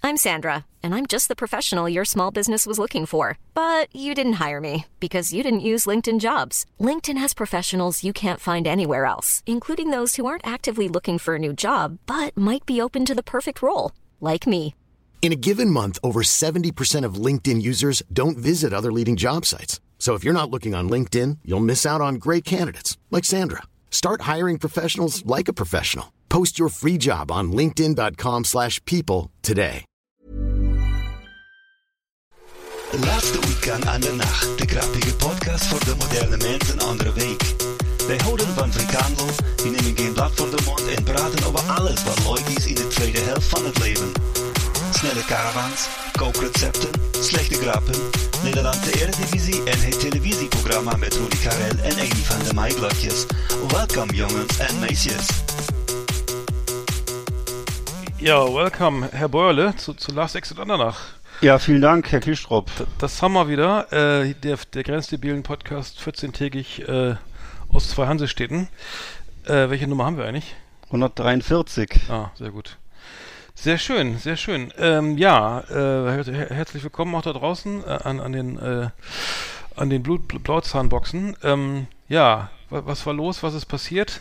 I'm Sandra, and I'm just the professional your small business was looking for. But you didn't hire me because you didn't use LinkedIn Jobs. LinkedIn has professionals you can't find anywhere else, including those who aren't actively looking for a new job, but might be open to the perfect role, like me. In a given month, over 70% of LinkedIn users don't visit other leading job sites. So if you're not looking on LinkedIn, you'll miss out on great candidates like Sandra. Start hiring professionals like a professional. Post your free job on linkedin.com/people today. Laatste weekend aan de nacht. De grappige podcast voor de moderne mens een andere week. Wij houden van frikandel, die nemen geen blad voor de mond en praten over alles wat leuk is in de tweede helft van het leven. Snelle caravans, kookrecepten, slechte grappen, Nederland de Eredivisie en het televisieprogramma met Rudi Carrel en Amy van de Maaiblokjes. Welkom jongens en meisjes. Ja, welcome, Herr Beuerle, zu Last Exit Andernach. Ja, vielen Dank, Herr Kilstrup. Das haben wir wieder, der grenzdebilen Podcast, 14-tägig aus 2 Hansestädten. Welche Nummer haben wir eigentlich? 143. Ah, sehr gut. Sehr schön, sehr schön. Herzlich willkommen auch da draußen an den Blauzahnboxen. Was war los? Was ist passiert?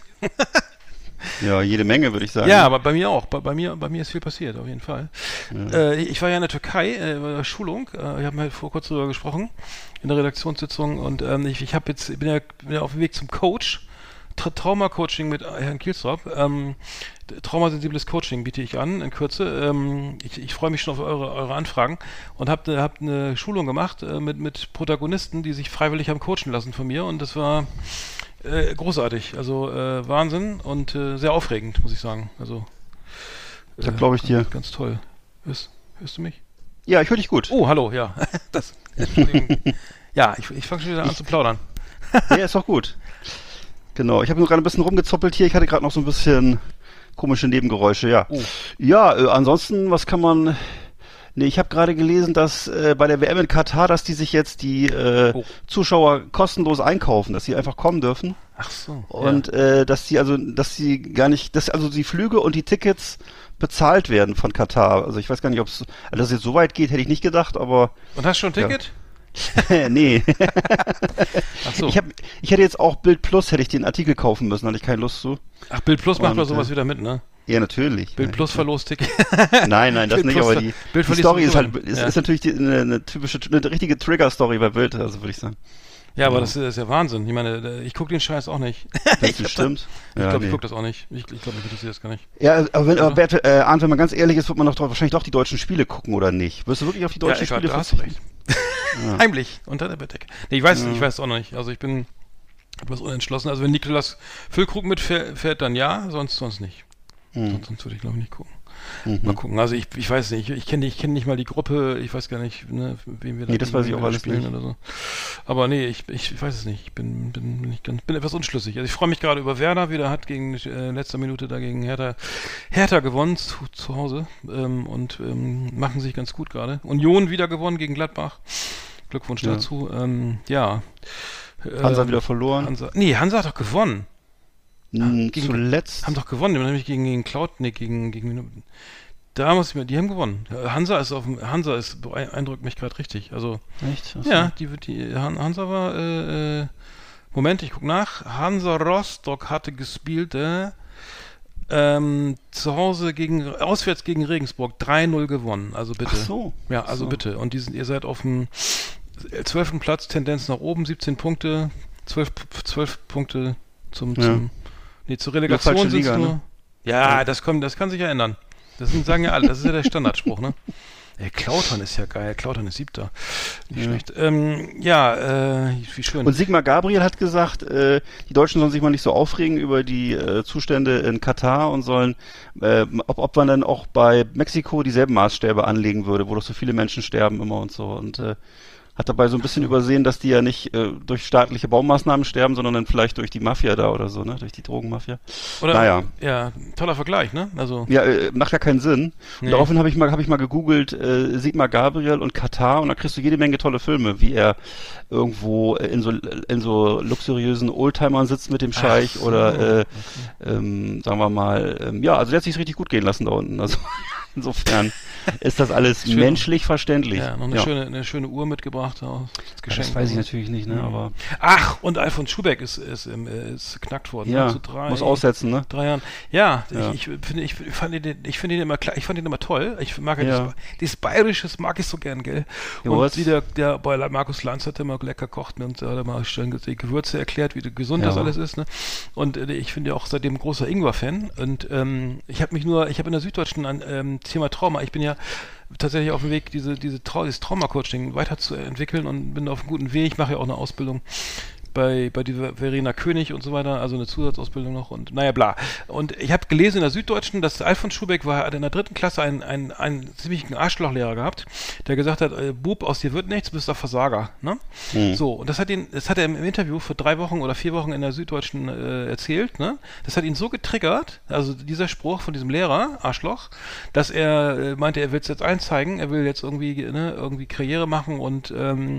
Ja, jede Menge, würde ich sagen. Ja, aber bei mir auch. Bei mir ist viel passiert, auf jeden Fall. Ja. Ich war ja in der Türkei bei der Schulung. Wir haben halt vor kurzem darüber gesprochen in der Redaktionssitzung und ich bin ja auf dem Weg zum Coach. Trauma-Coaching mit Herrn Kielstrop. Traumasensibles Coaching biete ich an in Kürze. Ich freue mich schon auf eure Anfragen und hab eine Schulung gemacht mit Protagonisten, die sich freiwillig haben coachen lassen von mir und das war großartig, also Wahnsinn und sehr aufregend, muss ich sagen. Also da glaube ich dir. Ganz toll. Hörst du mich? Ja, ich höre dich gut. Oh, hallo, ja. Entschuldigung. Ja, ich fange schon wieder an zu plaudern. Ja, ist doch gut. Genau, ich habe nur gerade ein bisschen rumgezoppelt hier. Ich hatte gerade noch so ein bisschen komische Nebengeräusche, ja. Oh. Ja, ansonsten, was kann man... Nee, ich habe gerade gelesen, dass bei der WM in Katar, dass die sich jetzt die Zuschauer kostenlos einkaufen, dass sie einfach kommen dürfen. Ach so. Und dass die Flüge und die Tickets bezahlt werden von Katar. Also ich weiß gar nicht, dass es jetzt so weit geht, hätte ich nicht gedacht, aber... Und hast du schon ein Ticket? Ja. Nee. Ach so. Ich hätte jetzt auch Bild Plus, hätte ich den Artikel kaufen müssen, hatte ich keine Lust zu. Ach, Bild Plus macht man sowas wieder mit, ne? Ja, natürlich. Bild Plus Verlosticket. Nein, das nicht, aber die Story ist halt, ist natürlich eine richtige Trigger-Story bei Bild, also würde ich sagen. Ja, aber das ist ja Wahnsinn. Ich meine, ich gucke den Scheiß auch nicht. Das stimmt. Ich glaube, ich gucke das auch nicht. Ich glaube, mich interessiert das gar nicht. Ja, aber wenn man ganz ehrlich ist, wird man doch wahrscheinlich doch die deutschen Spiele gucken, oder nicht? Wirst du wirklich auf die deutschen Spiele verzichten? Ja. Heimlich, unter der Bettdecke. Nee, ich weiß es auch noch nicht. Also ich bin etwas unentschlossen. Also wenn Niklas Füllkrug mitfährt, dann ja, sonst nicht. Sonst würde ich, glaube ich, nicht gucken. Mal gucken. Also ich weiß nicht, ich kenne nicht mal die Gruppe, ich weiß gar nicht, ne, wem wir da das weiß ich auch alles spielen nicht. oder so. Aber nee, ich weiß es nicht. Ich bin etwas unschlüssig. Also ich freue mich gerade über Werder, wie der hat gegen letzter Minute dagegen Hertha gewonnen zu Hause und machen sich ganz gut gerade. Union wieder gewonnen gegen Gladbach. Glückwunsch dazu. Hansa wieder verloren. Hansa hat doch gewonnen. Zuletzt. Haben doch gewonnen, nämlich gegen da muss ich mir, die haben gewonnen. Hansa beeindruckt mich gerade richtig. Also echt? Ja, Hansa war Moment, ich guck nach. Hansa Rostock hatte gespielt zu Hause auswärts gegen Regensburg 3-0 gewonnen. Also bitte. Ach so. Ja, also so. Bitte. Und ihr seid auf dem 12. Platz, Tendenz nach oben, 17 Punkte, 12 Punkte zur Relegation sind es nur. Ne? Ja, das kann sich ja ändern. Das sagen ja alle, das ist ja der Standardspruch, ne? Klautern ist ja geil, Klautern ist 7. Nicht schlecht. Wie schön. Und Sigmar Gabriel hat gesagt, die Deutschen sollen sich mal nicht so aufregen über die Zustände in Katar und sollen, ob man dann auch bei Mexiko dieselben Maßstäbe anlegen würde, wo doch so viele Menschen sterben immer und so. Und Hat dabei so ein bisschen übersehen, dass die ja nicht durch staatliche Baumaßnahmen sterben, sondern dann vielleicht durch die Mafia da oder so, ne? Durch die Drogenmafia. Oder, naja. Ja, toller Vergleich, ne? Also. Ja, macht ja keinen Sinn. Nee. Daraufhin habe ich mal gegoogelt, Sigmar Gabriel und Katar, und da kriegst du jede Menge tolle Filme, wie er irgendwo in so luxuriösen Oldtimern sitzt mit dem Scheich so, oder sagen wir mal, ja, also der hat sich richtig gut gehen lassen da unten. Also insofern ist das alles menschlich verständlich. Ja, noch eine schöne Uhr mitgebracht. Als Geschenk. Das weiß ich natürlich nicht, ne? Aber ach, und Alfons Schubeck ist geknackt worden. Ja, zu muss aussetzen, ne? 3 Jahren. Ja, Ja. Ich fand ihn immer toll. Ich mag ja dieses Bayerisches mag ich so gern, gell? Ja, und was? wie der bei Markus Lanz hat immer lecker kocht und da hat er mal schön die Gewürze erklärt, wie gesund das alles ist, ne? Und ich bin ja auch seitdem großer Ingwer-Fan und ich habe in der Süddeutschen an Thema Trauma, ich bin ja tatsächlich auf dem Weg, dieses Trauma-Coaching weiterzuentwickeln und bin auf einem guten Weg. Ich mache ja auch eine Ausbildung bei dieser Verena König und so weiter, also eine Zusatzausbildung noch und naja, bla. Und ich habe gelesen in der Süddeutschen, dass Alfons Schubeck hat in der 3. Klasse einen ziemlichen Arschlochlehrer gehabt, der gesagt hat, Bub, aus dir wird nichts, bist doch Versager, ne? So, und das hat er im Interview für 3 Wochen oder 4 Wochen in der Süddeutschen erzählt, ne? Das hat ihn so getriggert, also dieser Spruch von diesem Lehrer, Arschloch, dass er meinte, er will es jetzt einzeigen, er will jetzt irgendwie Karriere machen und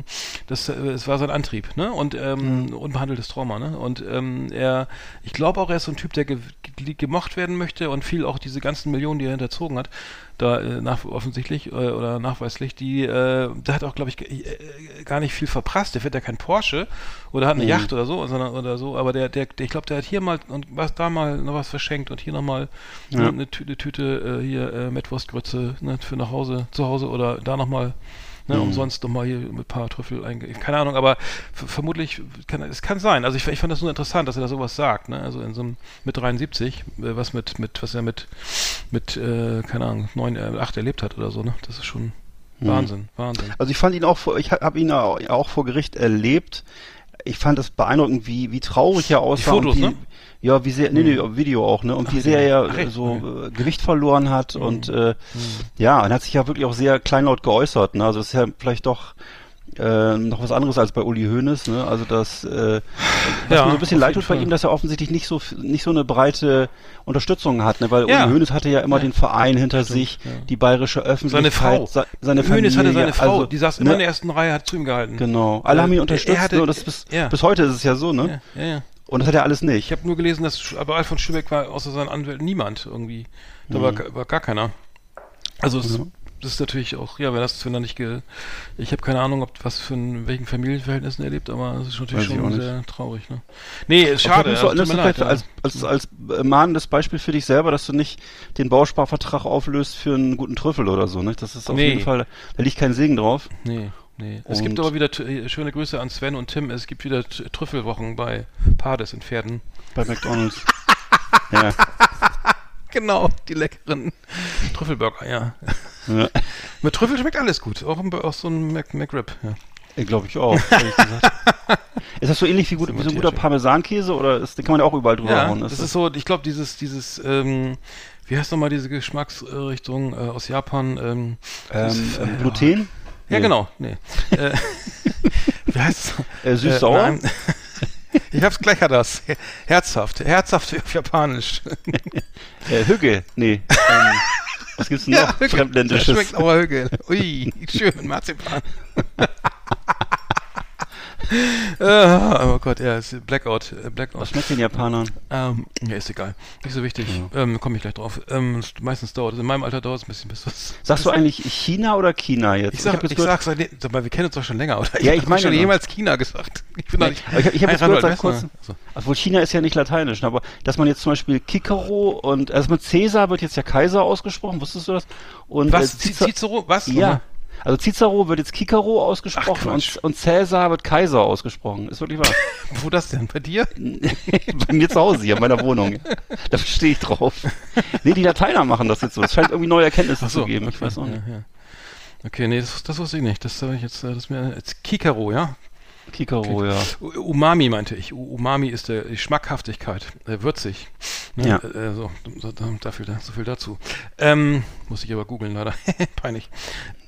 es war sein Antrieb, ne? Und unbehandeltes Trauma, ne? Und ich glaube auch, er ist so ein Typ, der gemocht werden möchte und viel auch diese ganzen Millionen, die er hinterzogen hat, da offensichtlich oder nachweislich, der hat auch, glaube ich, gar nicht viel verprasst. Der fährt ja kein Porsche oder hat eine Yacht oder so, aber ich glaube, der hat hier mal und da mal noch was verschenkt und hier nochmal eine Tüte Mettwurstgrütze, ne, für zu Hause oder da nochmal umsonst nochmal hier mit ein paar Trüffel keine Ahnung, aber vermutlich es kann sein. Also ich fand das nur interessant, dass er da sowas sagt, ne? Also in so einem mit 73, was er mit keine Ahnung, 8 erlebt hat oder so, ne? Das ist schon Wahnsinn. Also ich habe ihn auch vor Gericht erlebt. Ich fand das beeindruckend, wie traurig er aussah. Die Fotos, ne? Ja, wie sehr, Video auch, ne? Und wie sehr er Gewicht verloren hat und ja, und hat sich ja wirklich auch sehr kleinlaut geäußert, ne? Also das ist ja vielleicht doch noch was anderes als bei Uli Hoeneß, ne? Also was mir so ein bisschen leid tut bei ihm, dass er offensichtlich nicht so eine breite Unterstützung hat, ne? Weil Uli Hoeneß hatte ja immer den Verein hinter sich, die bayerische Öffentlichkeit, seine Familie. Hoeneß hatte seine Frau, also, die saß immer in der ersten Reihe, hat zu ihm gehalten. Genau. Alle haben ihn unterstützt, ne? Und das bis heute ist es ja so, ne? Ja. Und das hat er alles nicht. Ich habe nur gelesen, dass aber Alfons Schubeck war außer seinen Anwälten niemand irgendwie. Da war gar keiner. Also das ist natürlich auch, ja, wenn er nicht ich habe keine Ahnung, welchen Familienverhältnissen er lebt, aber das ist natürlich schon sehr traurig, ne? Nee, ist schade. Als mahnendes Beispiel für dich selber, dass du nicht den Bausparvertrag auflöst für einen guten Trüffel oder so, ne? Das ist auf jeden Fall, da liegt kein Segen drauf. Nee. Es gibt aber wieder schöne Grüße an Sven und Tim. Es gibt wieder Trüffelwochen bei Pades in Pferden. Bei McDonald's. Ja. Genau, die leckeren Trüffelburger, ja. Mit Trüffel schmeckt alles gut, auch so ein McRib. Ja. Glaube ich auch, ehrlich gesagt. Ist das so ähnlich wie so ein guter Parmesankäse oder den kann man ja auch überall drüber hauen? Das ist so, ich glaube, dieses wie heißt nochmal diese Geschmacksrichtung aus Japan? Gluten? Ja, genau. Nee. Wie heißt es? Süß-sauer? Ich hab's gleich, hat das. Herzhaft auf Japanisch. Hügge? Nee. Was gibt's denn noch? Fremdländisches. Das schmeckt aber Hügge. Ui, schön, Marzipan. Oh Gott, ja, ist Blackout. Was schmeckt den Japanern? Ja, ist egal. Nicht so wichtig. Komme ich gleich drauf. Meistens dauert es. In meinem Alter dauert es ein bisschen bis das. Sagst du eigentlich China oder China jetzt? Ich sag's, sag mal, wir kennen uns doch schon länger, oder? Ja, ich meine schon jemals China gesagt. Ich habe jetzt gehört, kurz, obwohl China ist ja nicht lateinisch, aber dass man jetzt zum Beispiel Cicero und, also mit Cäsar wird jetzt ja Kaiser ausgesprochen, wusstest du das? Und was? Cicero? Was? Ja. Also Cicero wird jetzt Cicero ausgesprochen und Cäsar wird Kaiser ausgesprochen. Ist wirklich wahr. Wo das denn? Bei dir? Bei mir zu Hause hier, in meiner Wohnung. Da stehe ich drauf. Nee, die Lateiner machen das jetzt so. Es scheint irgendwie neue Erkenntnisse zu geben. Okay. Ich weiß auch nicht. Ja. Okay, nee, das wusste ich nicht. Das habe ich jetzt, Cicero, ja? Cicero, ja. Umami meinte ich. Umami ist die Schmackhaftigkeit. Würzig. Ne? Ja. So viel dazu. Muss ich aber googeln, leider. Peinlich.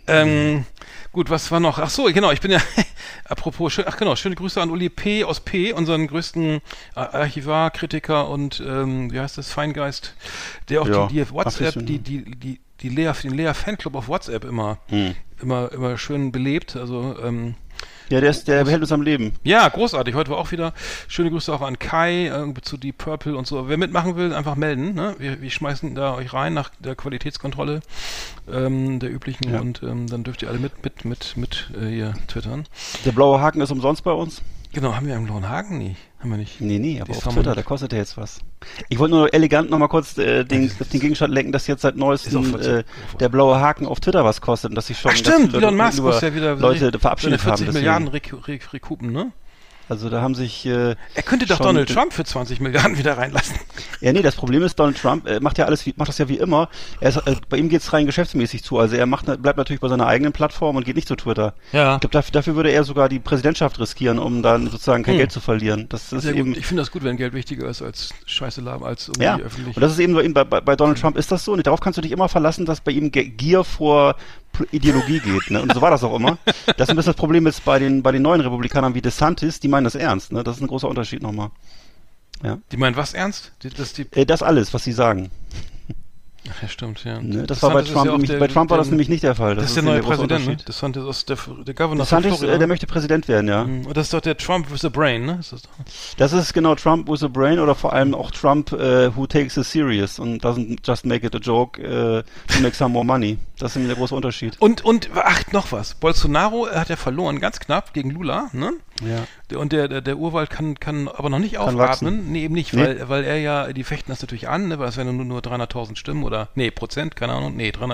Gut, was war noch? Ach so, genau, ich bin ja, apropos, schöne Grüße an Uli P. aus P., unseren größten Archivar, Kritiker und, wie heißt das, Feingeist, der auch die WhatsApp, den Lea Fanclub auf WhatsApp immer schön belebt, also, ja, der behält uns am Leben. Ja, großartig. Heute war auch wieder schöne Grüße auch an Kai, zu Deep Purple und so. Wer mitmachen will, einfach melden. Ne? Wir schmeißen da euch rein nach der Qualitätskontrolle der üblichen und dann dürft ihr alle mit hier twittern. Der blaue Haken ist umsonst bei uns. Genau, haben wir einen blauen Haken? Nee, haben wir nicht. Nee, aber auf Twitter, da kostet der jetzt was. Ich wollte nur elegant nochmal kurz den Gegenstand lenken, dass jetzt seit neuestem der blaue Haken auf Twitter was kostet und dass sich schon stimmt, Elon Musk muss ja wieder Leute verabschiedet haben. 40 Milliarden Rekupen, ne? Also da haben sich er könnte doch Donald Trump für 20 Milliarden wieder reinlassen. Ja, nee, das Problem ist, Donald Trump macht das ja wie immer. Bei ihm geht's rein geschäftsmäßig zu. Also er bleibt natürlich bei seiner eigenen Plattform und geht nicht zu Twitter. Ja. Ich glaube, dafür würde er sogar die Präsidentschaft riskieren, um dann sozusagen kein Geld zu verlieren. Das ist eben. Ich finde das gut, wenn Geld wichtiger ist als Scheiße labern, als irgendwie öffentlich. Und das ist eben so, bei Donald Trump ist das so. Und darauf kannst du dich immer verlassen, dass bei ihm Gier vor Ideologie geht, ne? Und so war das auch immer. Das ist ein bisschen das Problem jetzt bei den neuen Republikanern wie DeSantis, die meinen das ernst, ne? Das ist ein großer Unterschied nochmal. Ja. Die meinen was ernst? Das alles, was sie sagen. Ach ja, stimmt, ja. Ne? Das war bei Trump, bei Trump war das nämlich nicht der Fall. Das ist der neue Präsident, ne? DeSantis ist der Governor DeSantis, von Florida. Der möchte Präsident werden, ja. Und das ist doch der Trump with a brain, ne? Das ist genau Trump with a brain oder vor allem auch Trump who takes it serious and doesn't just make it a joke to make some more money. Das ist der große Unterschied. Und noch was. Bolsonaro hat ja verloren, ganz knapp gegen Lula, ne? Ja. Und der Urwald kann aber noch nicht aufatmen. Nee, eben nicht, weil er ja, die fechten das natürlich an, ne? Weil es wären nur 300.000 Stimmen oder, Prozent, keine Ahnung,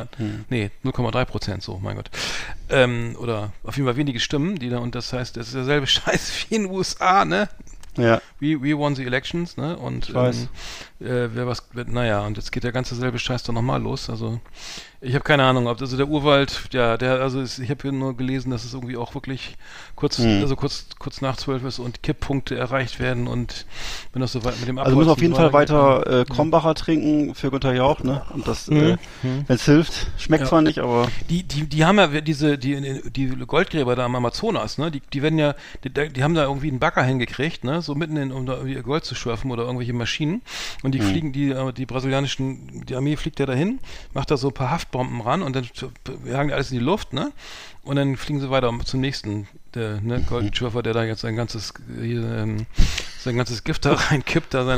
0,3%, so, mein Gott. Oder auf jeden Fall wenige Stimmen, und das heißt, das ist derselbe Scheiß wie in den USA, ne? Ja. We won the elections, ne? Und und jetzt geht der ganze selbe Scheiß dann nochmal los. Also ich habe keine Ahnung, ob der Urwald, ich habe nur gelesen, dass es irgendwie auch wirklich kurz nach 12 ist und Kipppunkte erreicht werden und wenn das so weit mit dem Also muss auf jeden Fall weiter Krombacher trinken für Günther Jauch, ne? Und das, wenn es hilft, schmeckt zwar nicht, aber die haben ja die Goldgräber da am Amazonas, ne? Die werden ja, die haben da irgendwie einen Bagger hingekriegt, ne? So mitten um da ihr Gold zu schürfen oder irgendwelche Maschinen. Und die fliegen, die Armee fliegt ja dahin, macht da so ein paar Haftbomben ran und dann jagen die alles in die Luft, ne? Und dann fliegen sie weiter zum nächsten, Goldschürfer, der da jetzt sein ganzes Gift da reinkippt, da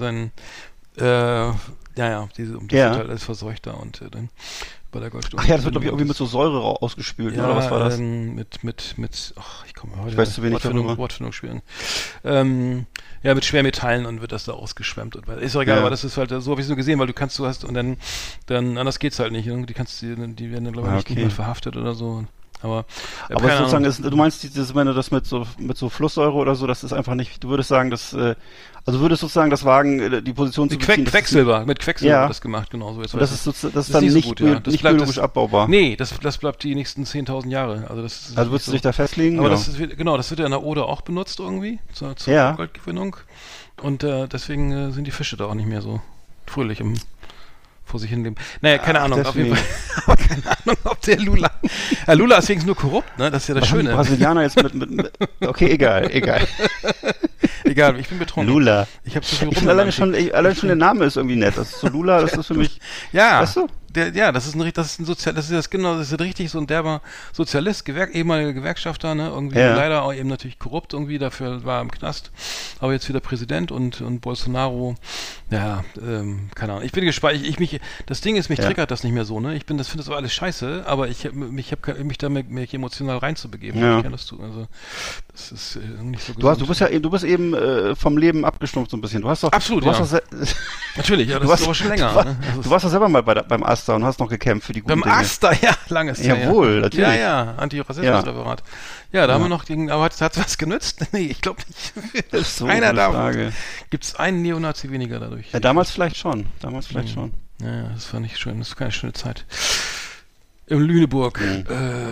alles verseucht da und dann bei der Goldstufe. Ach ja, das wird, glaube ich, irgendwie mit so Säure ausgespült, oder was war das? Ich komme heute. Ich weiß zu wenig von Wortfindung spielen. Mit Schwermetallen und wird das da ausgeschwemmt. Ist doch egal, aber das ist halt, so habe ich es nur gesehen, weil du hast und dann anders geht's halt nicht. Die werden dann, glaube ich, nicht mehr verhaftet oder so. Aber sozusagen du meinst, wenn du das mit so Flusssäure oder so, das ist einfach nicht, du würdest sagen, das wagen, die Position zu beziehen. Mit Quecksilber wird das gemacht, genau so. Das ist dann nicht biologisch abbaubar. Nee, das bleibt die nächsten 10.000 Jahre. Also würdest du dich da festlegen? Aber das wird ja in der Oder auch benutzt irgendwie, zur Goldgewinnung. Und deswegen sind die Fische da auch nicht mehr so fröhlich vor sich hin leben. Naja, keine Ahnung, auf jeden Fall. Aber keine Ahnung, ob der Lula. Lula ist wenigstens nur korrupt, ne? Das ist ja das Schöne. Brasilianer jetzt mit okay, egal. Egal, ich bin betrunken. Lula. Ich habe so viel allein schon der Name ist irgendwie nett. Das ist so Lula, das ist für mich. Ja. Weißt du? Das ist richtig so ein derber Sozialist, ehemaliger Gewerkschafter, ne, irgendwie leider auch eben natürlich korrupt irgendwie, dafür war er im Knast, aber jetzt wieder Präsident und Bolsonaro, keine Ahnung, ich bin gespannt, das Ding ist, mich triggert das nicht mehr so, ne, ich finde das alles scheiße, aber ich habe mich da mich emotional reinzubegeben, ich kann das tun, also, das ist nicht so gesund. Du bist eben vom Leben abgestumpft so ein bisschen, du hast doch... Absolut, natürlich, ja, das ist aber schon länger, ne? Du warst doch selber mal beim Asta und hast noch gekämpft für die guten Dinge. Beim Asta, ja, langes Jahr. Jawohl, natürlich. Ja, Antirassismusreferat. Ja, da haben wir noch aber hat es was genützt? Nee, ich glaube nicht. Das ist so einer da. Gibt es einen Neonazi weniger dadurch? Ja, damals vielleicht schon. Ja, das war nicht schön. Das war keine schöne Zeit. In Lüneburg.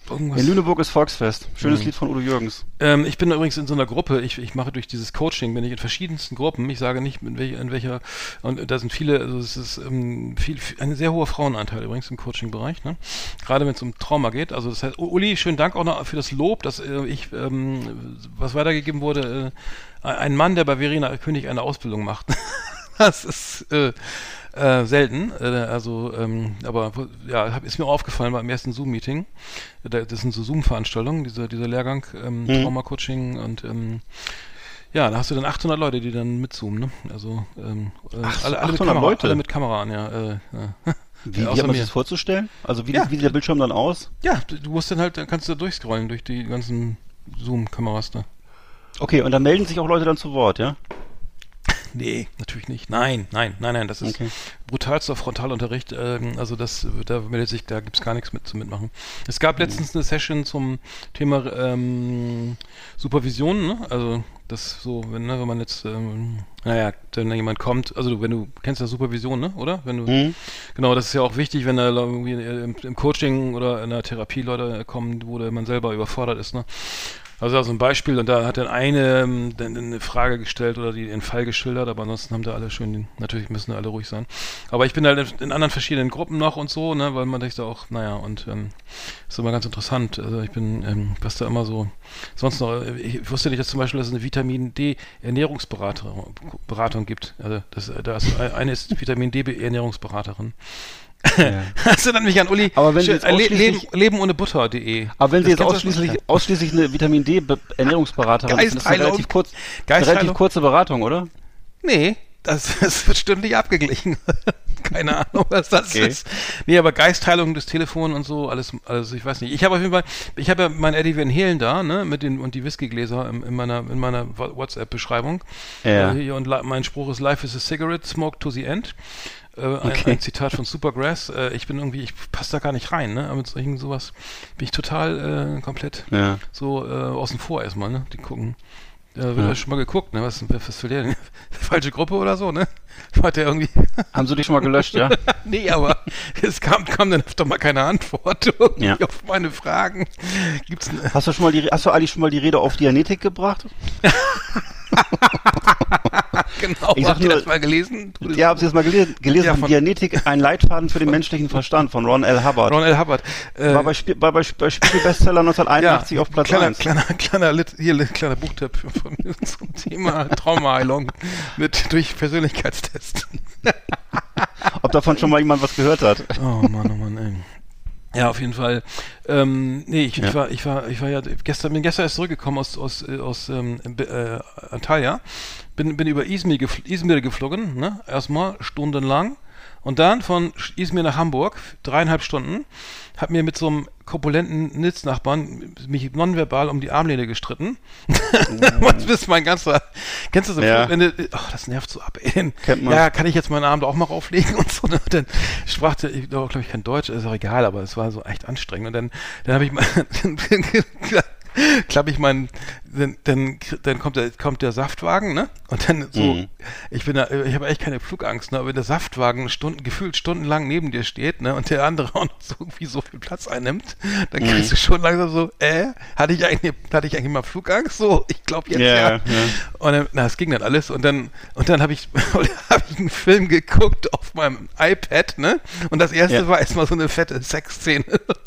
irgendwas. In Lüneburg ist Volksfest. Schönes Lied von Udo Jürgens. Ich bin übrigens in so einer Gruppe, ich mache durch dieses Coaching, bin ich in verschiedensten Gruppen, ich sage nicht, in welcher, und da sind viele, also es ist ein sehr hoher Frauenanteil übrigens im Coaching-Bereich, ne? Gerade wenn es um Trauma geht. Also das heißt, Uli, schönen Dank auch noch für das Lob, dass was weitergegeben wurde, ein Mann, der bei Verena König eine Ausbildung macht. Das ist selten, aber ja, ist mir aufgefallen beim ersten Zoom-Meeting. Das sind so Zoom-Veranstaltungen, dieser Lehrgang, Trauma-Coaching und ja, da hast du dann 800 Leute, die dann mitzoomen, ne? Also alle mit Kamera an, ja. Wie hat man sich das vorzustellen? Also wie sieht der Bildschirm dann aus? Ja, du musst dann kannst du da durchscrollen durch die ganzen Zoom-Kameras da. Okay, und da melden sich auch Leute dann zu Wort, ja? Nee, natürlich nicht. Nein, das ist brutalster Frontalunterricht. Also da gibt's gar nichts zu mitmachen. Es gab letztens eine Session zum Thema Supervision, ne? Also das so, wenn man jetzt, wenn jemand kommt, also du kennst ja Supervision, ne? Oder? Wenn du, genau, das ist ja auch wichtig, wenn da irgendwie im Coaching oder in der Therapie Leute kommen, wo man selber überfordert ist, ne? Also ein Beispiel, und da hat dann eine Frage gestellt oder den Fall geschildert, aber ansonsten haben da alle natürlich müssen da alle ruhig sein. Aber ich bin halt in anderen verschiedenen Gruppen noch und so, ne, weil man sich da auch, ist immer ganz interessant. Also ich bin, was da immer so, sonst noch, ich wusste nicht, dass zum Beispiel, dass es eine Vitamin D Ernährungsberatung gibt. Also eine ist Vitamin D Ernährungsberaterin. Ja. Das erinnert mich an Uli. Aber wenn Sie jetzt Leben ohne Butter.de. Aber wenn Sie jetzt ausschließlich eine Vitamin D Ernährungsberaterin sind, das ist eine relativ kurze Beratung, oder? Nee, das wird stündlich abgeglichen. Keine Ahnung, was das ist. Nee, aber Geistheilung, das Telefon und so, alles, also ich weiß nicht. Ich habe auf jeden Fall, ja meinen Eddie Van Halen da, ne, und die Whiskygläser in meiner WhatsApp-Beschreibung. Ja. Und mein Spruch ist: Life is a cigarette, smoke to the end. Ein Zitat von Supergrass. Ich passe da gar nicht rein, ne? Aber mit solchen sowas bin ich total komplett so außen vor erstmal, ne? Die gucken. Wird ja schon mal geguckt, ne? Was will der denn? Falsche Gruppe oder so, ne? Hat der irgendwie. Haben Sie die schon mal gelöscht, ja? Nee, aber es kam dann öfter mal keine Antwort auf meine Fragen. Hast du eigentlich schon mal die Rede auf Dianetik gebracht? Genau, habt ihr das mal gelesen? Ja, habt ihr das mal gelesen? Ja, von Dianetik, ein Leitfaden für den menschlichen Verstand von Ron L. Hubbard. War bei Spiegel-Bestseller 1981 auf Platz 1. Kleiner Buchtipp von mir zum Thema Traumaheilung durch Persönlichkeitstests. Ob davon schon mal jemand was gehört hat? Oh Mann, ey. Ja, auf jeden Fall. Ich war ja gestern erst zurückgekommen aus Antalya. Bin über Izmir geflogen, ne? Erstmal stundenlang. Und dann von Izmir nach Hamburg, 3,5 Stunden, hab mir mit so einem korpulenten Nitz-Nachbarn mich nonverbal um die Armlehne gestritten. Was bist mein ganzer, kennst du so, das nervt so ab, ey. Ja, kann ich jetzt meinen Arm da auch mal rauflegen und so, ne? Und dann sprach der, glaube ich, kein Deutsch, ist auch egal, aber es war so echt anstrengend. Und dann habe ich mal, klappe ich dann kommt der Saftwagen, ne? Und dann so, ich habe echt keine Flugangst, ne? Aber wenn der Saftwagen gefühlt stundenlang neben dir steht, ne? Und der andere auch noch so irgendwie so viel Platz einnimmt, dann kriegst du schon langsam so, hatte ich eigentlich mal Flugangst? So, ich glaube jetzt ja. Und dann, es ging dann alles und dann habe ich einen Film geguckt auf meinem iPad, ne? Und das erste war erstmal so eine fette Sexszene.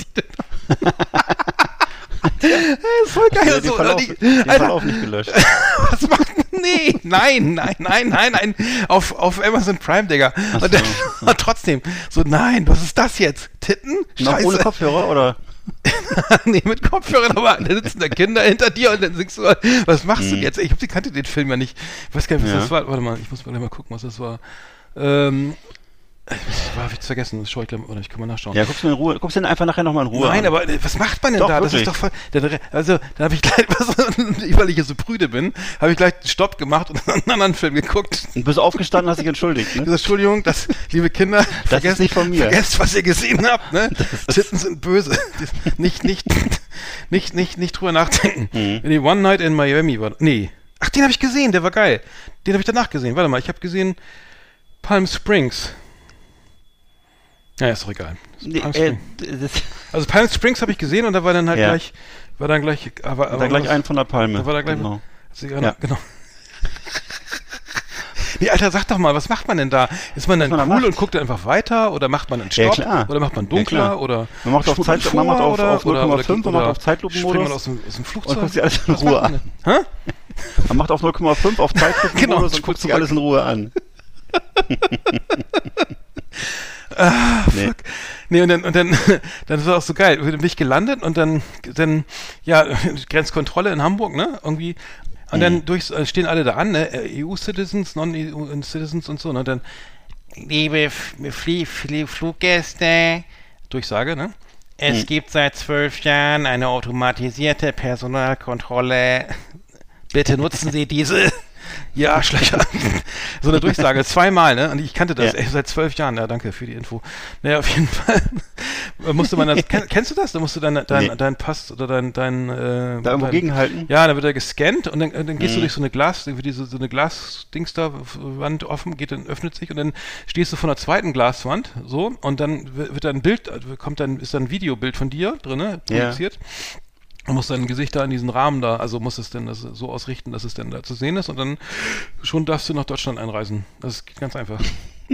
Das ist voll geil. Den Verlauf nicht gelöscht. Was macht... Nee, nein. Auf Amazon Prime, Digga. Und dann, trotzdem, so, nein, was ist das jetzt? Titten? Scheiße. Noch ohne Kopfhörer, oder? Nee, mit Kopfhörern, aber da sitzen da Kinder hinter dir und dann singst du, was machst du jetzt? Ich kannte den Film ja nicht. Ich weiß gar nicht, was das war. Warte mal, ich muss mal gucken, was das war. Hab ich vergessen, das schaue ich gleich mal, oder ich kann mal nachschauen. Ja, guckst du den einfach nachher nochmal in Ruhe Nein, an. aber was macht man denn da? Wirklich? Das ist doch voll, dann habe ich gleich, weil ich ja so prüde bin, habe ich gleich Stopp gemacht und einen anderen Film geguckt. Und bist aufgestanden, hast dich entschuldigt, ne? Entschuldigung, liebe Kinder, das ist nicht von mir. Vergesst, was ihr gesehen habt, ne? Titten sind böse. Nicht drüber nachdenken. Wenn die One Night in Miami war, nee. Ach, den habe ich gesehen, der war geil. Den habe ich danach gesehen. Warte mal, ich habe gesehen Palm Springs. Ja, ist doch egal. Nee, also Palm Springs habe ich gesehen und da war dann halt gleich einen von der Palme. Da war da gleich, genau. Genau. Nee, Alter, sag doch mal, was macht man denn da? Ist man dann cool und guckt dann einfach weiter oder macht man einen Stopp? Ja, klar. Oder macht man dunkler? Oder man macht auf 0,5 und macht auf Zeitlupenmodus. Springt man aus dem Flugzeug? Und guckt sich alles in Ruhe an. Hä? Man macht auf 0,5 auf Zeitlupenmodus und guckt sich alles in Ruhe an. Fuck. Nee, und dann ist das auch so geil. Bin ich gelandet und dann Grenzkontrolle in Hamburg, ne? Irgendwie. Und dann stehen alle da an, ne? EU-Citizens, Non-EU-Citizens und so, ne? Und dann, liebe Fluggäste, Durchsage, ne? Es gibt seit 12 Jahren eine automatisierte Personalkontrolle. Bitte nutzen Sie diese. Ja, Arschlöcher. So eine Durchsage, 2-mal, ne? Und ich kannte das seit 12 Jahren. Ja, danke für die Info. Naja, auf jeden Fall musste man das, kennst du das? Da musst du dein Pass oder dein da irgendwo gegenhalten? Ja, da wird er gescannt und dann gehst du durch so eine so eine Glasdings da, Wand offen, öffnet sich und dann stehst du vor einer zweiten Glaswand, so, und dann wird da ein Bild, ist da ein Videobild von dir drin, projiziert. Ja. Du musst dein Gesicht da in diesen Rahmen da, also musst es denn das so ausrichten, dass es denn da zu sehen ist und dann schon darfst du nach Deutschland einreisen. Das geht ganz einfach.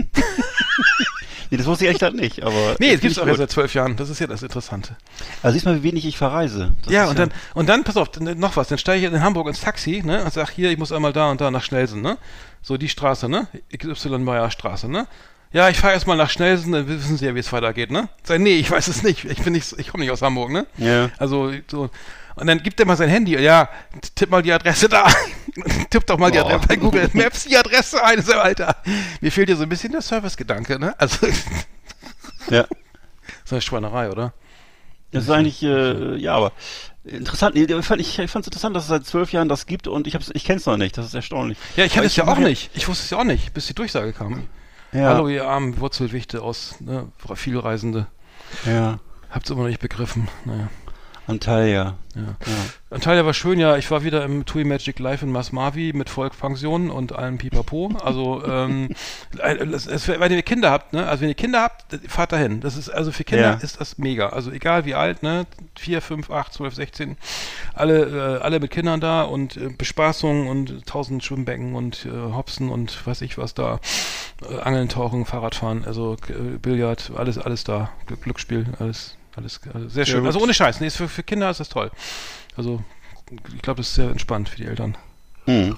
Nee, das wusste ich echt nicht, aber... Nee, es gibt es auch ja seit 12 Jahren, das ist ja das Interessante. Also siehst mal, wie wenig ich verreise. Und dann, pass auf, noch was, dann steige ich in Hamburg ins Taxi, ne, und sag, hier, ich muss einmal da und da nach Schnellsen, ne, so die Straße, ne, XY Straße, ne. Ja, ich fahre erstmal nach Schnellsen, dann wissen Sie ja, wie es weitergeht, ne? Sag, nee, ich weiß es nicht. Ich komme nicht aus Hamburg, ne? Ja. Also, so. Und dann gibt er mal sein Handy. Ja, tipp mal die Adresse da ein. Tipp doch mal die Adresse bei Google Maps die Adresse ein. So, Alter. Mir fehlt hier so ein bisschen der Service-Gedanke, ne? Also. Ja. Das ist eine Schweinerei, oder? Das ist eigentlich, aber interessant. Ich fand es interessant, dass es seit 12 Jahren das gibt und ich kenne es noch nicht. Das ist erstaunlich. Ja, ich kannte es ja auch nicht. Ich wusste es ja auch nicht, bis die Durchsage kam. Ja. Hallo, ihr armen Wurzelwichte aus, ne, Vielreisende. Ja. Habt's immer noch nicht begriffen. Naja. Antalya. Ja. Antalya war schön, ja. Ich war wieder im TUI Magic Live in Masmavi mit Volkspension und allem Pipapo. Also, wenn ihr Kinder habt, ne? Also, wenn ihr Kinder habt, fahrt dahin. Das ist, also für Kinder ist das mega. Also, egal wie alt, ne? 4, 5, 8, 12, 16. Alle mit Kindern da und Bespaßung und 1000 Schwimmbecken und Hopsen und weiß ich was da. Angeln, Tauchen, Fahrradfahren, also Billard, alles da. Glücksspiel, alles sehr schön. Also ohne Scheiß, nee, für Kinder ist das toll. Also ich glaube, das ist sehr entspannt für die Eltern. Mhm.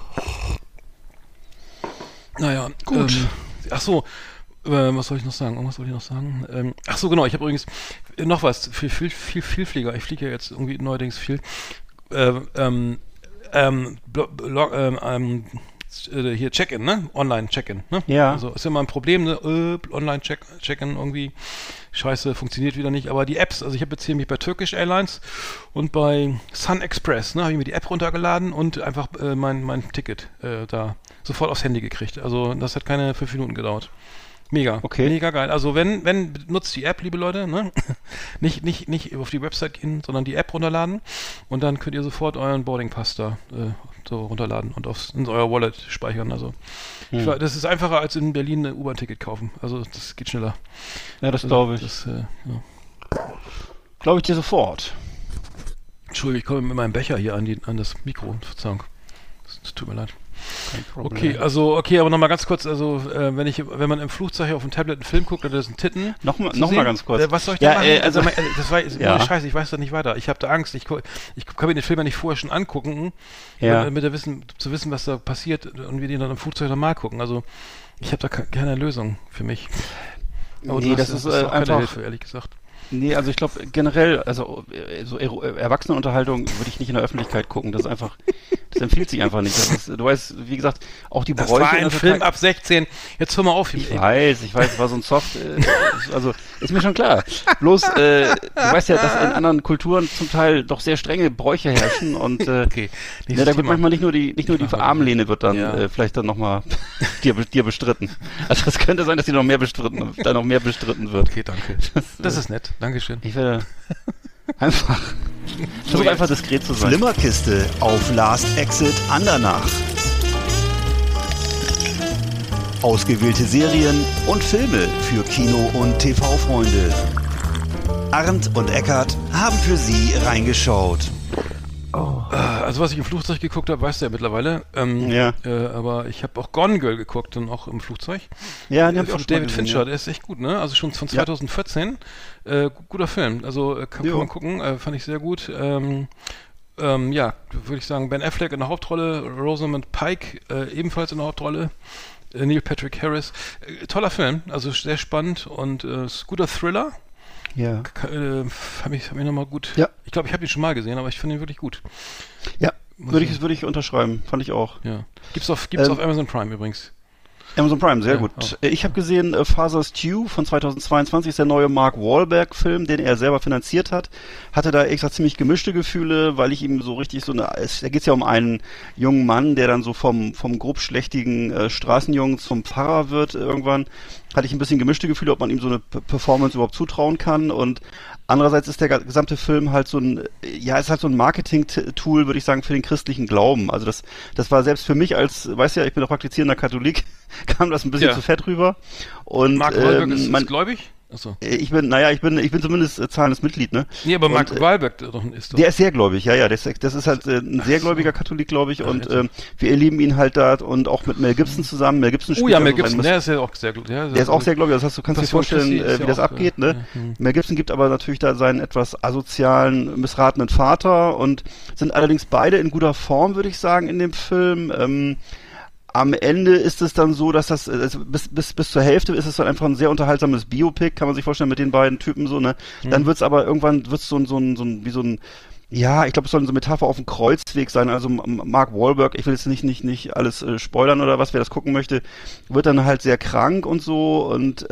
Naja, gut. Was soll ich noch sagen? Ach so, genau, ich habe übrigens noch was für Vielflieger. Ich fliege ja jetzt irgendwie neuerdings viel. Hier Check-in, ne? Online-Check-in, ne? Ja. Also ist ja mal ein Problem, ne? Online-Check-in irgendwie scheiße, funktioniert wieder nicht. Aber die Apps, also ich habe jetzt hier mich bei Turkish Airlines und bei Sun Express, ne, habe ich mir die App runtergeladen und einfach mein Ticket da sofort aufs Handy gekriegt. Also das hat keine 5 Minuten gedauert. Mega, okay. Mega geil. Also wenn nutzt die App, liebe Leute, ne? nicht auf die Website gehen, sondern die App runterladen und dann könnt ihr sofort euren Boarding-Pass da so runterladen und in euer Wallet speichern. Also das ist einfacher als in Berlin ein U-Bahn-Ticket kaufen. Also das geht schneller. Ja, das glaube ich. Glaube ich dir sofort. Entschuldigung, ich komme mit meinem Becher hier an das Mikro. Verzeihung. Das tut mir leid. Okay, aber nochmal ganz kurz, also wenn man im Flugzeug auf dem Tablet einen Film guckt, oder das sind Titten. Nochmal ganz kurz. Was soll ich da machen? Das war scheiße, ich weiß da nicht weiter. Ich habe da Angst. Ich kann mir den Film ja nicht vorher schon angucken, zu wissen, was da passiert und wir den dann im Flugzeug normal gucken. Also ich habe da keine Lösung für mich. Aber das ist auch einfach keine Hilfe, ehrlich gesagt. Nee, also ich glaube generell, also so Erwachsenenunterhaltung würde ich nicht in der Öffentlichkeit gucken. Das ist einfach, das empfiehlt sich einfach nicht. Du weißt, wie gesagt, auch die Bräuche. Das war ein Film ab 16. Jetzt hör mal auf. Ich weiß, es war so ein Soft, also ist mir schon klar. Bloß, du weißt ja, dass in anderen Kulturen zum Teil doch sehr strenge Bräuche herrschen und okay. Da wird manchmal nicht nur die Armlehne wird dann vielleicht dann nochmal dir bestritten. Also es könnte sein, dass die noch mehr bestritten wird. Okay, danke. Das ist nett. Dankeschön. Ich werde einfach diskret zu sein. Flimmerkiste auf Last Exit Andernach. Ausgewählte Serien und Filme für Kino- und TV-Freunde. Arndt und Eckart haben für Sie reingeschaut. Also was ich im Flugzeug geguckt habe, weißt du ja mittlerweile. Aber ich habe auch Gone Girl geguckt und auch im Flugzeug. Ja, den hab ich auch von schon mal David gesehen, Fincher, ja. der ist echt gut, ne? Also schon von 2014. Guter Film. Also kann man gucken. Fand ich sehr gut. Würde ich sagen, Ben Affleck in der Hauptrolle, Rosamund Pike ebenfalls in der Hauptrolle. Neil Patrick Harris. Toller Film, also sehr spannend und ist guter Thriller. Ja. Hab ich nochmal gut. Ja. Ich glaube, ich habe ihn schon mal gesehen, aber ich finde ihn wirklich gut. Ja, würde ich unterschreiben. Fand ich auch. Ja. Gibt's auf Amazon Prime übrigens. Amazon Prime, sehr gut. Auch. Ich habe gesehen, Father Stew von 2022 ist der neue Mark Wahlberg-Film, den er selber finanziert hat. Hatte da extra ziemlich gemischte Gefühle, weil ich ihm so richtig da geht's ja um einen jungen Mann, der dann so vom grobschlächtigen Straßenjungen zum Pfarrer wird irgendwann. Hatte ich ein bisschen gemischte Gefühle, ob man ihm so eine Performance überhaupt zutrauen kann. Und andererseits ist der gesamte Film halt so ein Marketing-Tool, würde ich sagen, für den christlichen Glauben. Also das war selbst für mich weißt ja, ich bin doch praktizierender Katholik, kam das ein bisschen zu fett rüber. Und Mark Wahlberg ist gläubig? Achso. Ich bin zumindest zahlendes Mitglied, ne? Nee, aber Mark Wahlberg ist doch. Der ist sehr gläubig, ja. Das ist halt ein sehr gläubiger Katholik, glaube ich. Und wir erleben ihn halt da und auch mit Mel Gibson zusammen. Mel Gibson spielt Mel Gibson, der ist ja auch sehr gläubig. Der ist auch sehr gläubig. Das heißt, du kannst dir vorstellen, wie das abgeht, ne? Mel Gibson gibt aber natürlich da seinen etwas asozialen, missratenen Vater und sind allerdings beide in guter Form, würde ich sagen, in dem Film. Am Ende ist es dann so, dass bis zur Hälfte ist es dann einfach ein sehr unterhaltsames Biopic, kann man sich vorstellen, mit den beiden Typen so, ne? Dann wird's aber irgendwann so ein ja, ich glaube, es soll so eine Metapher auf dem Kreuzweg sein. Also Mark Wahlberg, ich will jetzt nicht alles spoilern oder was, wer das gucken möchte, wird dann halt sehr krank und so und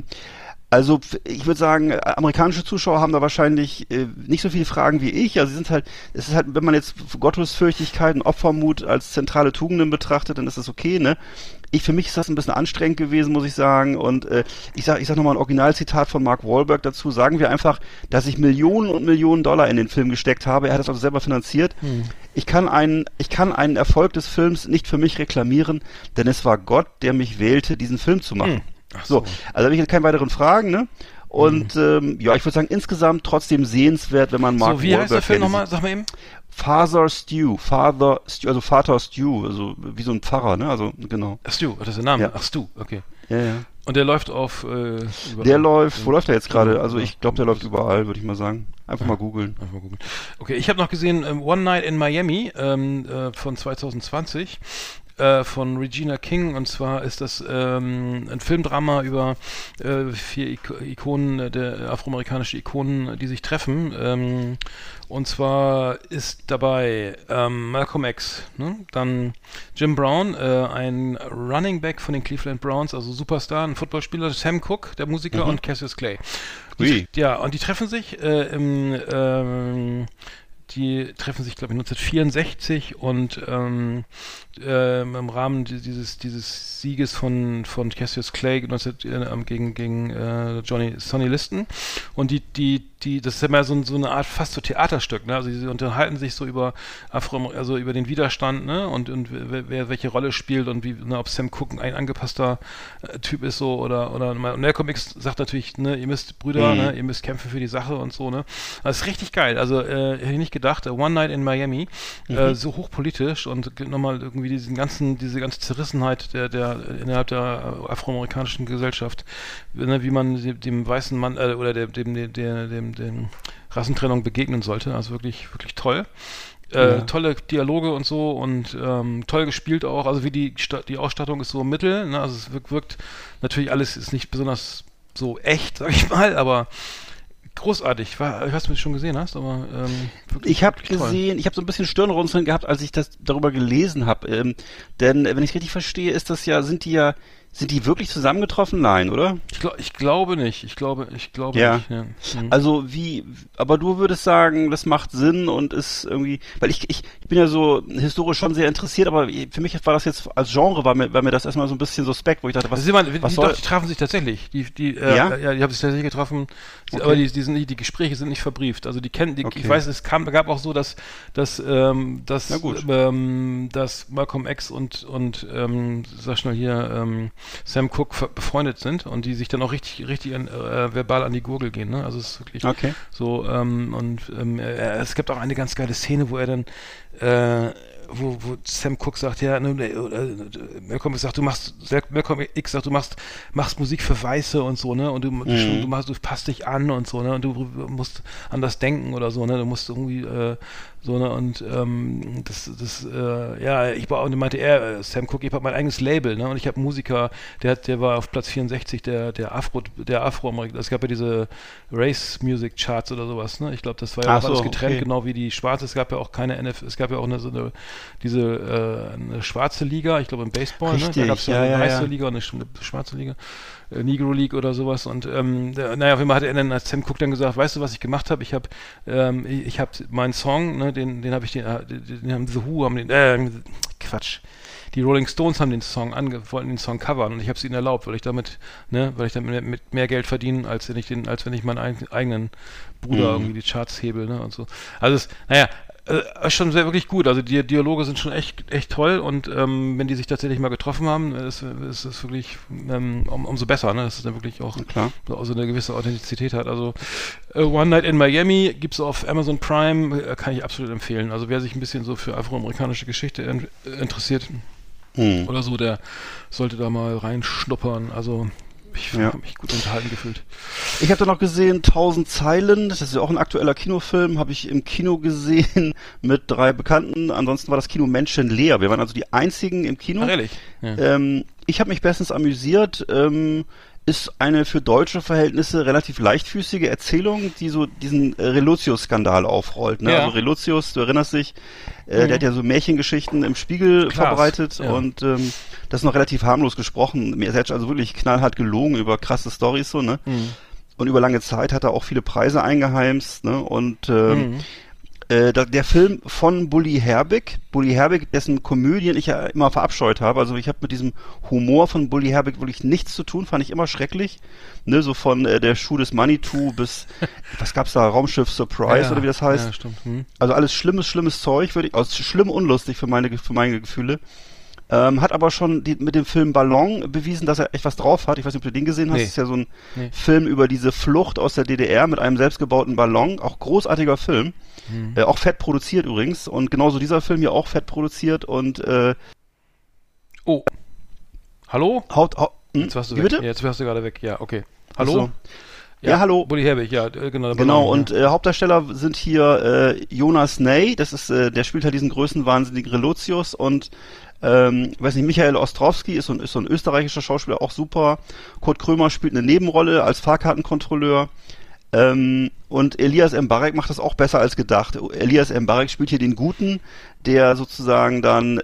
also ich würde sagen, amerikanische Zuschauer haben da wahrscheinlich nicht so viele Fragen wie ich. Also es ist halt, wenn man jetzt Gottesfürchtigkeit und Opfermut als zentrale Tugenden betrachtet, dann ist das okay, ne? Für mich ist das ein bisschen anstrengend gewesen, muss ich sagen. Und ich sag nochmal ein Originalzitat von Mark Wahlberg dazu. Sagen wir einfach, dass ich Millionen und Millionen Dollar in den Film gesteckt habe. Er hat das also selber finanziert. Ich kann einen Erfolg des Films nicht für mich reklamieren, denn es war Gott, der mich wählte, diesen Film zu machen. Ach so. Also habe ich jetzt keine weiteren Fragen, ne? Und ich würde sagen, insgesamt trotzdem sehenswert, wenn man Mark Wahlberg wie heißt der Film nochmal? Sag mal eben. Vater Stew, also wie so ein Pfarrer, ne? Also genau. Stew, das ist der Name. Ja. Ach, Stew, okay. Ja. Und der läuft auf wo läuft er jetzt gerade? Also ich glaube, der läuft überall, würde ich mal sagen. Einfach mal googeln. Okay, ich habe noch gesehen One Night in Miami von 2020. Von Regina King, und zwar ist das ein Filmdrama über 4 Ikonen, afroamerikanische Ikonen, die sich treffen. Und zwar ist dabei Malcolm X, ne? Dann Jim Brown, ein Running Back von den Cleveland Browns, also Superstar, ein Footballspieler, Sam Cooke, der Musiker, und Cassius Clay. Und die treffen sich glaube ich, 1964 und im Rahmen dieses Sieges von Cassius Clay gegen Sonny Liston. Und das ist ja mehr so eine Art fast so Theaterstück, ne? Also sie unterhalten sich so über über den Widerstand, ne? Und wer welche Rolle spielt und wie, ne, ob Sam Cooke ein angepasster Typ ist so oder Malcolm X sagt natürlich, ne, ihr müsst Brüder, ne, ihr müsst kämpfen für die Sache und so, ne? Das ist richtig geil. Also hätte ich nicht gedacht, One Night in Miami, so hochpolitisch und nochmal irgendwie diese ganze Zerrissenheit der innerhalb der afroamerikanischen Gesellschaft, ne, wie man dem weißen Mann oder dem Rassentrennung begegnen sollte. Also wirklich, wirklich toll. Tolle Dialoge und so und toll gespielt auch. Also wie die Ausstattung ist so mittel, ne? Also es wirkt natürlich alles ist nicht besonders so echt, sag ich mal, aber großartig. Ich weiß nicht, ob du schon gesehen hast, aber wirklich, ich habe gesehen, ich habe so ein bisschen Stirnrunzeln gehabt, als ich das darüber gelesen habe. Denn wenn ich richtig verstehe, sind die wirklich zusammengetroffen? Nein, oder? Ich glaube nicht. Ich glaube nicht. Ja. Also aber du würdest sagen, das macht Sinn und ist irgendwie, weil ich bin ja so historisch schon sehr interessiert, aber für mich war das jetzt als Genre, war mir das erstmal so ein bisschen suspekt, wo ich dachte, die trafen sich tatsächlich. Die haben sich tatsächlich getroffen, okay. Aber die Gespräche sind nicht verbrieft. Also okay. Ich weiß, gab auch so, dass Malcolm X und sag schnell hier, Sam Cooke befreundet sind und die sich dann auch richtig verbal an die Gurgel gehen, ne? Also es ist wirklich so, es gibt auch eine ganz geile Szene, wo er dann wo Sam Cooke sagt, Malcolm X sagt, du machst Musik für Weiße und so, ne? Und du passt dich an und so, ne? Und du musst anders denken oder so, ne? Du musst irgendwie so, ne? Und ich baue, und meinte Sam Cooke, ich habe mein eigenes Label, ne? Und ich habe einen Musiker, der war auf Platz 64 der Afroamerikaner. Es gab ja diese Race Music Charts oder sowas, ne? Ich glaube, das war ja auch alles getrennt, genau wie die Schwarze. Es gab ja auch keine es gab ja auch eine schwarze Liga, ich glaube im Baseball, richtig, ne? Da gab es eine weiße Liga und eine schwarze Liga, Negro League oder sowas und auf jeden Fall hat er dann als Sam Cooke dann gesagt, weißt du, was ich gemacht habe? Ich habe meinen Song, ne, den haben The Who, die Rolling Stones haben wollten den Song covern und ich habe es ihnen erlaubt, weil ich damit mit mehr Geld verdiene, als wenn ich meinen eigenen Bruder irgendwie die Charts hebel, ne, und so. Also schon sehr wirklich gut. Also die Dialoge sind schon echt toll und wenn die sich tatsächlich mal getroffen haben, ist es wirklich umso besser, ne? Dass es dann wirklich auch so eine gewisse Authentizität hat. Also One Night in Miami gibt's auf Amazon Prime, kann ich absolut empfehlen. Also wer sich ein bisschen so für afroamerikanische Geschichte interessiert oder so, der sollte da mal reinschnuppern. Also ich habe mich gut unterhalten gefühlt. Ich habe da noch gesehen 1000 Zeilen, das ist ja auch ein aktueller Kinofilm, habe ich im Kino gesehen mit 3 Bekannten. Ansonsten war das Kino menschenleer. Wir waren also die einzigen im Kino. Ach, ehrlich? Ja. Ich habe mich bestens amüsiert. Ist eine für deutsche Verhältnisse relativ leichtfüßige Erzählung, die so diesen Relotius-Skandal aufrollt. Ne? Ja. Also Relotius, du erinnerst dich, der hat ja so Märchengeschichten im Spiegel verbreitet und das ist noch relativ harmlos gesprochen. Er hat also wirklich knallhart gelogen über krasse Storys so, ne? Und über lange Zeit hat er auch viele Preise eingeheimst, ne? Und der Film von Bully Herbig, dessen Komödien ich ja immer verabscheut habe, also ich habe mit diesem Humor von Bully Herbig wirklich nichts zu tun, fand ich immer schrecklich, ne, so von der Schuh des Manitou bis, was gab's da, Raumschiff Surprise oder wie das heißt, stimmt. Also alles schlimmes Zeug, schlimm unlustig für meine Gefühle. Hat aber schon mit dem Film Ballon bewiesen, dass er echt was drauf hat. Ich weiß nicht, ob du den gesehen hast. Nee. Das ist ja so ein Film über diese Flucht aus der DDR mit einem selbstgebauten Ballon. Auch großartiger Film. Auch fett produziert übrigens. Und genauso dieser Film hier auch fett produziert. Und Hallo? Jetzt warst du weg. Bitte? Jetzt warst du gerade weg. Ja, okay. Hallo? So. Ja, hallo. Bully Herbig, ja, genau. Genau, und Hauptdarsteller sind hier Jonas Ney, das ist, der spielt halt diesen größenwahnsinnigen Relotius und weiß nicht, Michael Ostrowski ist so ein österreichischer Schauspieler, auch super. Kurt Krömer spielt eine Nebenrolle als Fahrkartenkontrolleur. Und Elias Mbarek macht das auch besser als gedacht. Elias Mbarek spielt hier den Guten, der sozusagen dann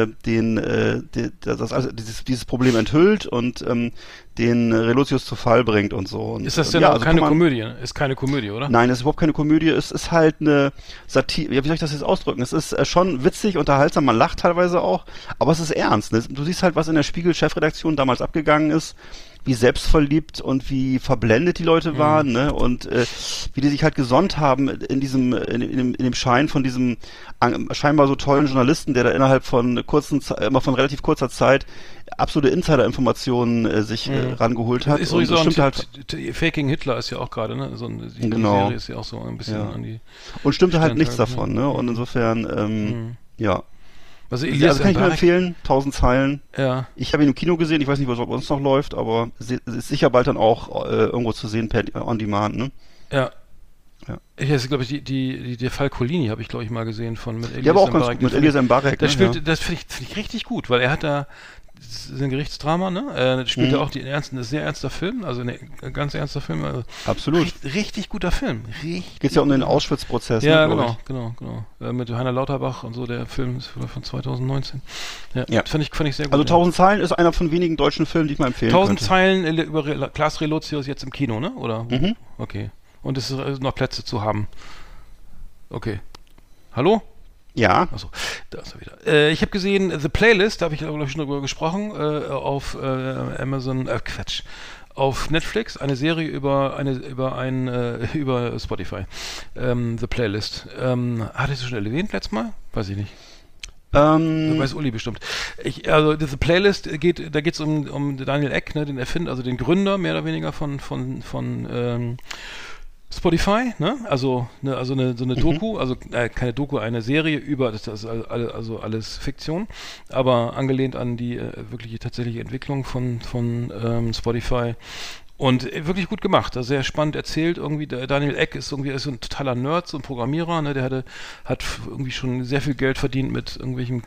dieses Problem enthüllt und den Relotius zu Fall bringt und so. Und, ist das denn auch keine Komödie? Ist keine Komödie, oder? Nein, es ist überhaupt keine Komödie. Es ist halt eine Satire. Ja, wie soll ich das jetzt ausdrücken? Es ist schon witzig, unterhaltsam, man lacht teilweise auch, aber es ist ernst. Ne? Du siehst halt, was in der Spiegel-Chefredaktion damals abgegangen ist, wie selbstverliebt und wie verblendet die Leute waren, ne? Und wie die sich halt gesonnt haben in dem Schein von diesem scheinbar so tollen Journalisten, der da innerhalb von relativ kurzer Zeit absolute Insider-Informationen sich rangeholt hat. Ist sowieso Faking Hitler ist ja auch gerade, ne? Die Serie ist ja auch so ein bisschen an die... Und stimmte halt nichts davon, ne? Und insofern, ja. Also kann ich nur empfehlen, 1000 Zeilen. Ja. Ich habe ihn im Kino gesehen, ich weiß nicht, was bei uns noch läuft, aber ist sicher bald dann auch irgendwo zu sehen on Demand, ne? Ja. Ich weiß, glaube ich, der Fall Colini habe ich, glaube ich, mal gesehen mit Elias Mbarek. Ja, aber auch ganz gut, mit Elias Mbarek. Das finde ich richtig gut, weil er hat da, das ist ein Gerichtsdrama, ne? Das spielt ja auch sehr ernster Film, also ein ganz ernster Film. Also absolut. Richtig guter Film. Geht's ja um den Auschwitz-Prozess. Ja, ne, genau. Mit Heiner Lauterbach und so, der Film ist von 2019. Ja. Fand ich sehr gut. Also 1000 Zeilen ist einer von wenigen deutschen Filmen, die ich mal empfehlen 1000 könnte. Zeilen über Klaas Relotius jetzt im Kino, ne? Oder? Okay. Und es ist noch Plätze zu haben. Okay. Hallo? Ja. Achso, da ist er wieder. Ich habe gesehen, The Playlist, da habe ich glaube ich schon drüber gesprochen, auf Amazon, auf Netflix, eine Serie über Spotify. The Playlist. Hattest du schon erwähnt letztes Mal? Weiß ich nicht. Weiß Uli bestimmt. Also diese Playlist da geht's um Daniel Ek, ne, den Erfinder, also den Gründer mehr oder weniger von Spotify, ne? So eine Doku, also keine Doku, eine Serie über, das ist also alles Fiktion, aber angelehnt an die wirkliche tatsächliche Entwicklung von Spotify. Und wirklich gut gemacht, also sehr spannend erzählt. Irgendwie Daniel Ek ist so ein totaler Nerd, so ein Programmierer, ne? Der hat irgendwie schon sehr viel Geld verdient mit irgendwelchen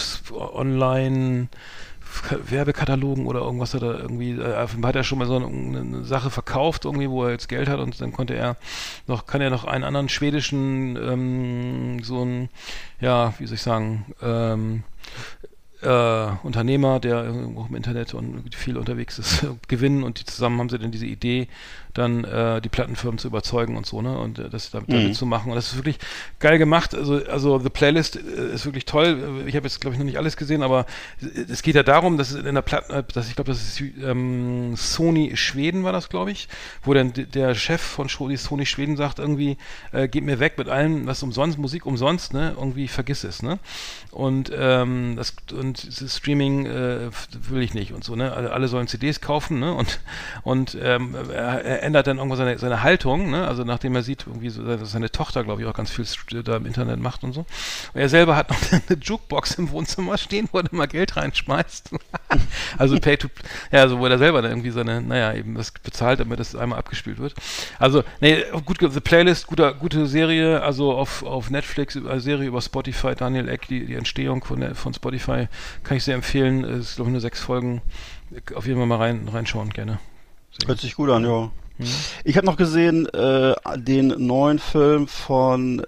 Online Werbekatalogen oder irgendwas hat er irgendwie, hat er schon mal so eine Sache verkauft irgendwie, wo er jetzt Geld hat, und dann kann er noch einen anderen schwedischen so ein, ja, wie soll ich sagen, Unternehmer, der auch im Internet und viel unterwegs ist, gewinnen, und zusammen haben sie dann diese Idee, dann die Plattenfirmen zu überzeugen und so, ne, und das damit zu machen, und das ist wirklich geil gemacht. Also The Playlist ist wirklich toll. Ich habe jetzt, glaube ich, noch nicht alles gesehen, aber es geht ja darum, dass in der ich glaube, das ist Sony Schweden war das, glaube ich, wo dann der Chef von Sony Schweden sagt irgendwie, geht mir weg mit allem, was umsonst, Musik umsonst, ne, irgendwie vergiss es, ne, und das Streaming will ich nicht und so, ne, alle sollen CDs kaufen, ne, und er ändert dann irgendwo seine Haltung, ne, also nachdem er sieht, irgendwie so, dass seine Tochter, glaube ich, auch ganz viel da im Internet macht und so. Und er selber hat noch eine Jukebox im Wohnzimmer stehen, wo er immer Geld reinschmeißt. Also also wo er selber dann irgendwie eben das bezahlt, damit das einmal abgespielt wird. Also, gut, The Playlist, gute Serie, also auf Netflix, Serie über Spotify, Daniel Ek, die Entstehung von Spotify, kann ich sehr empfehlen. Es ist, glaube ich, nur 6 Folgen. Auf jeden Fall mal reinschauen, gerne. Hört sich gut an, ja. Ich habe noch gesehen den neuen Film von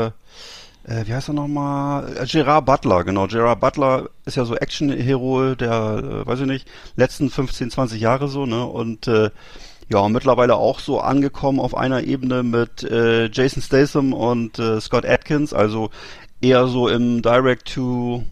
wie heißt er nochmal? Gerard Butler, genau. Gerard Butler ist ja so Action-Hero der, weiß ich nicht, letzten 15, 20 Jahre so, ne? Und mittlerweile auch so angekommen auf einer Ebene mit Jason Statham und Scott Adkins, also eher so im Direct to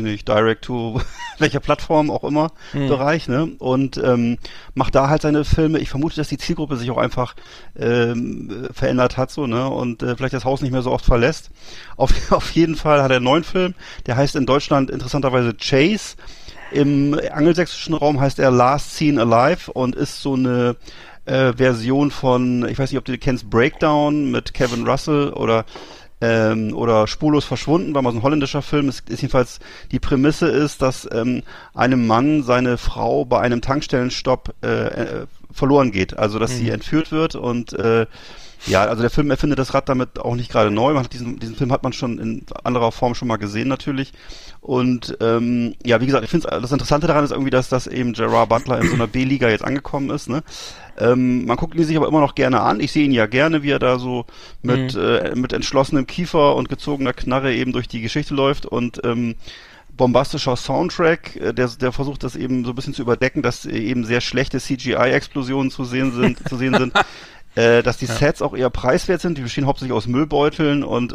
welcher Plattform auch immer Bereich, ne? Und macht da halt seine Filme. Ich vermute, dass die Zielgruppe sich auch einfach verändert hat, so, ne? Und vielleicht das Haus nicht mehr so oft verlässt. Auf jeden Fall hat er einen neuen Film, der heißt in Deutschland interessanterweise Chase. Im angelsächsischen Raum heißt er Last Seen Alive und ist so eine Version von, ich weiß nicht, ob du kennst, Breakdown mit Kevin Russell oder Spurlos verschwunden, war mal so ein holländischer Film. Es ist jedenfalls, die Prämisse ist, dass einem Mann seine Frau bei einem Tankstellenstopp verloren geht, also dass sie entführt wird, und also der Film erfindet das Rad damit auch nicht gerade neu. Diesen Film hat man schon in anderer Form schon mal gesehen natürlich. Und wie gesagt, ich finde das Interessante daran ist irgendwie, dass das eben Gerard Butler in so einer B-Liga jetzt angekommen ist, ne? Man guckt ihn sich aber immer noch gerne an. Ich sehe ihn ja gerne, wie er da so mit entschlossenem Kiefer und gezogener Knarre eben durch die Geschichte läuft, und bombastischer Soundtrack, der versucht, das eben so ein bisschen zu überdecken, dass eben sehr schlechte CGI-Explosionen zu sehen sind. Dass die Sets auch eher preiswert sind, die bestehen hauptsächlich aus Müllbeuteln und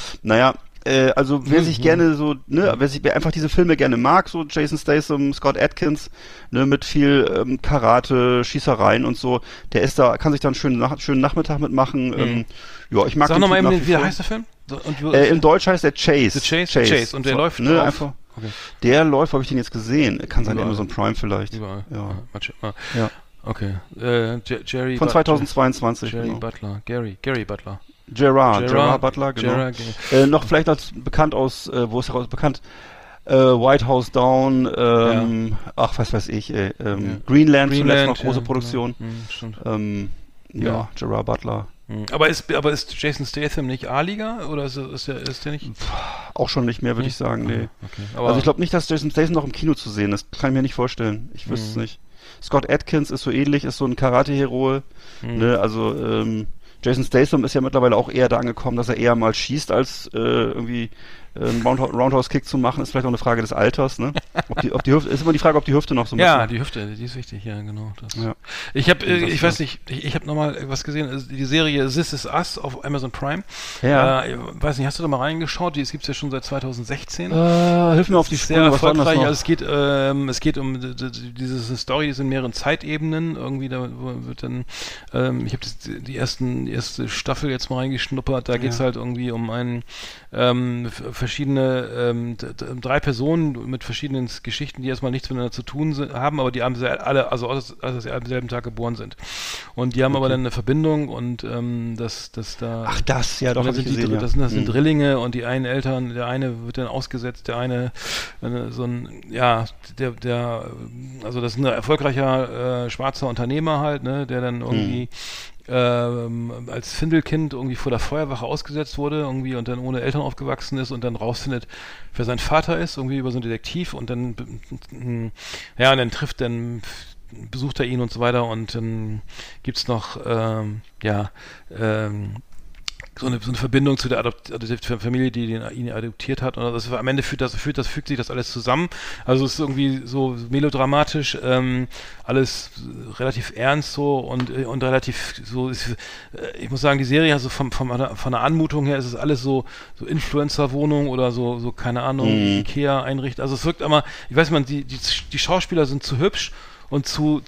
also wer sich gerne so, ne, wer einfach diese Filme gerne mag, so Jason Statham, Scott Adkins, ne, mit viel Karate, Schießereien und so, der ist da, kann sich da einen schönen Nachmittag mitmachen. Ich mag Sag nochmal eben, wie heißt der Film? Im Deutsch heißt der Chase. Chase. Und der läuft ne, einfach. Okay. Der läuft, habe ich den jetzt gesehen? Kann sein, Amazon Prime vielleicht. Überall. Ja. Okay. Jerry von 2022. Jerry genau. Butler. Gary Butler. Gerard Butler, genau. Noch vielleicht als bekannt aus, wo ist er bekannt? White House Down, was weiß ich, Greenland zuletzt noch große Produktion. Gerard Butler. Aber ist Jason Statham nicht A-Liga, oder ist der nicht? Auch schon nicht mehr, würde ich sagen, nee. Okay. Also ich glaube nicht, dass Jason Statham noch im Kino zu sehen ist. Kann ich mir nicht vorstellen. Ich wüsste es nicht. Scott Adkins ist so ähnlich, ist so ein Karate-Hero, ne, also Jason Statham ist ja mittlerweile auch eher da angekommen, dass er eher mal schießt, als irgendwie einen Roundhouse-Kick zu machen, ist vielleicht auch eine Frage des Alters, ne? Ob die Hüfte, ist immer die Frage, ob die Hüfte noch so ein bisschen... Ja, die Hüfte, die ist wichtig, ja, genau. Ich habe nochmal was gesehen, die Serie This Is Us auf Amazon Prime. Ja. Weiß nicht, hast du da mal reingeschaut? Es gibt's ja schon seit 2016. Hilf mir auf die Sprünge, sehr erfolgreich. Also es geht um diese Story, ist in mehreren Zeitebenen. Irgendwie, da wird dann, ich habe die erste Staffel jetzt mal reingeschnuppert, da geht's halt irgendwie um einen verschiedene, 3 Personen mit verschiedenen Geschichten, die erstmal nichts miteinander zu tun haben, aber die haben alle, also dass sie am selben Tag geboren sind. Und die haben aber dann eine Verbindung und das da... Ach das, ja doch, das sind Drillinge und die einen Eltern, der eine wird dann ausgesetzt, der eine also das ist ein erfolgreicher schwarzer Unternehmer halt, ne, der dann irgendwie als Findelkind irgendwie vor der Feuerwache ausgesetzt wurde irgendwie und dann ohne Eltern aufgewachsen ist und dann rausfindet, wer sein Vater ist, irgendwie über so einen Detektiv und dann besucht er ihn und so weiter und dann gibt's noch so eine Verbindung zu der Familie, die ihn adoptiert hat. Und das am Ende fügt sich das alles zusammen. Also es ist irgendwie so melodramatisch, alles relativ ernst so und relativ so. Ich muss sagen, die Serie, also von der Anmutung her, ist es alles so Influencer-Wohnung oder so keine Ahnung, Ikea-Einrichtung. Also es wirkt immer, ich weiß nicht, die Schauspieler sind zu hübsch und zu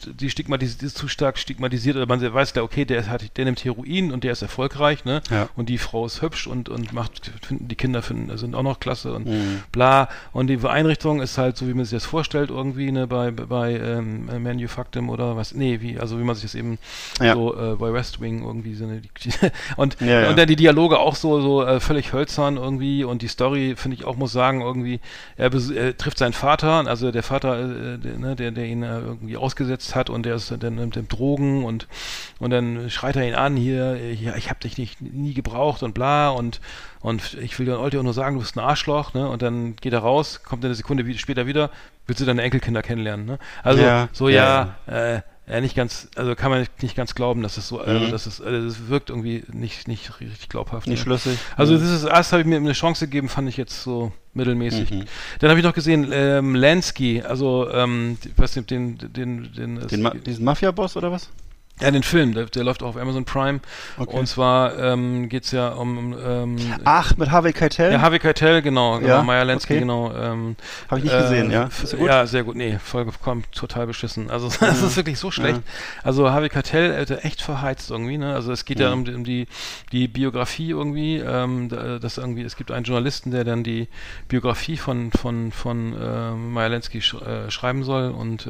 stark stigmatisiert, oder man weiß ja, okay, der nimmt Heroin und der ist erfolgreich, ne? Ja. Und die Frau ist hübsch und die Kinder sind auch noch klasse und bla. Und die Einrichtung ist halt so, wie man sich das vorstellt, irgendwie, ne, bei Manufactum oder was, wie man sich das eben bei West Wing irgendwie so, ne, und dann die Dialoge auch so völlig hölzern irgendwie und die Story, finde ich auch, muss sagen, irgendwie, er trifft seinen Vater, also der Vater, der ihn irgendwie ausgesetzt hat und der ist dann mit dem Drogen und dann schreit er ihn an, hier ich hab dich nie gebraucht und bla und ich wollte dir auch nur sagen, du bist ein Arschloch, ne? Und dann geht er raus, kommt eine Sekunde später wieder, willst du deine Enkelkinder kennenlernen, ne? Also nicht ganz, also kann man nicht ganz glauben, dass es so, das wirkt irgendwie nicht richtig glaubhaft. Nicht schlüssig. Also erst habe ich mir eine Chance gegeben, fand ich jetzt so mittelmäßig. Dann habe ich noch gesehen, Lansky, also was diesen Mafia-Boss oder was? Ja, den Film, der läuft auch auf Amazon Prime. Okay. Und zwar geht's ja um... mit Harvey Keitel? Ja, Harvey Keitel, genau. Meyer Lansky, okay. genau. Habe ich nicht gesehen, ja. Ist gut? Ja, sehr gut. Nee, Folge kommt total beschissen. Also das ist wirklich so schlecht. Ja. Also Harvey Keitel hat echt verheizt irgendwie, ne? Also es geht ja um die Biografie irgendwie. Es gibt einen Journalisten, der dann die Biografie von Meyer Lansky schreiben soll und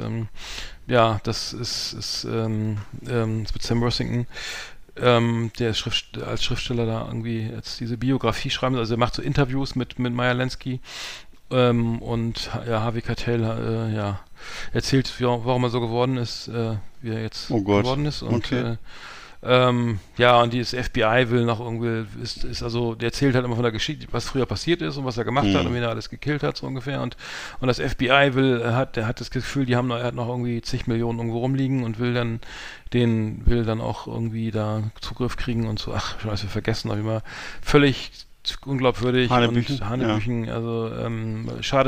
das ist mit Sam Worthington, der als Schriftsteller da irgendwie jetzt diese Biografie schreiben, also er macht so Interviews mit Meyer Lansky und Harvey Keitel erzählt, warum er so geworden ist, wie er jetzt geworden ist und und das FBI will noch irgendwie, ist also, der erzählt halt immer von der Geschichte, was früher passiert ist und was er gemacht hat und wen er alles gekillt hat, so ungefähr. Und das FBI hat das Gefühl, er hat noch irgendwie zig Millionen irgendwo rumliegen und will dann auch irgendwie da Zugriff kriegen und so, scheiße, vergessen, aber immer völlig unglaubwürdig Hanebüchen. Ja. Also schade,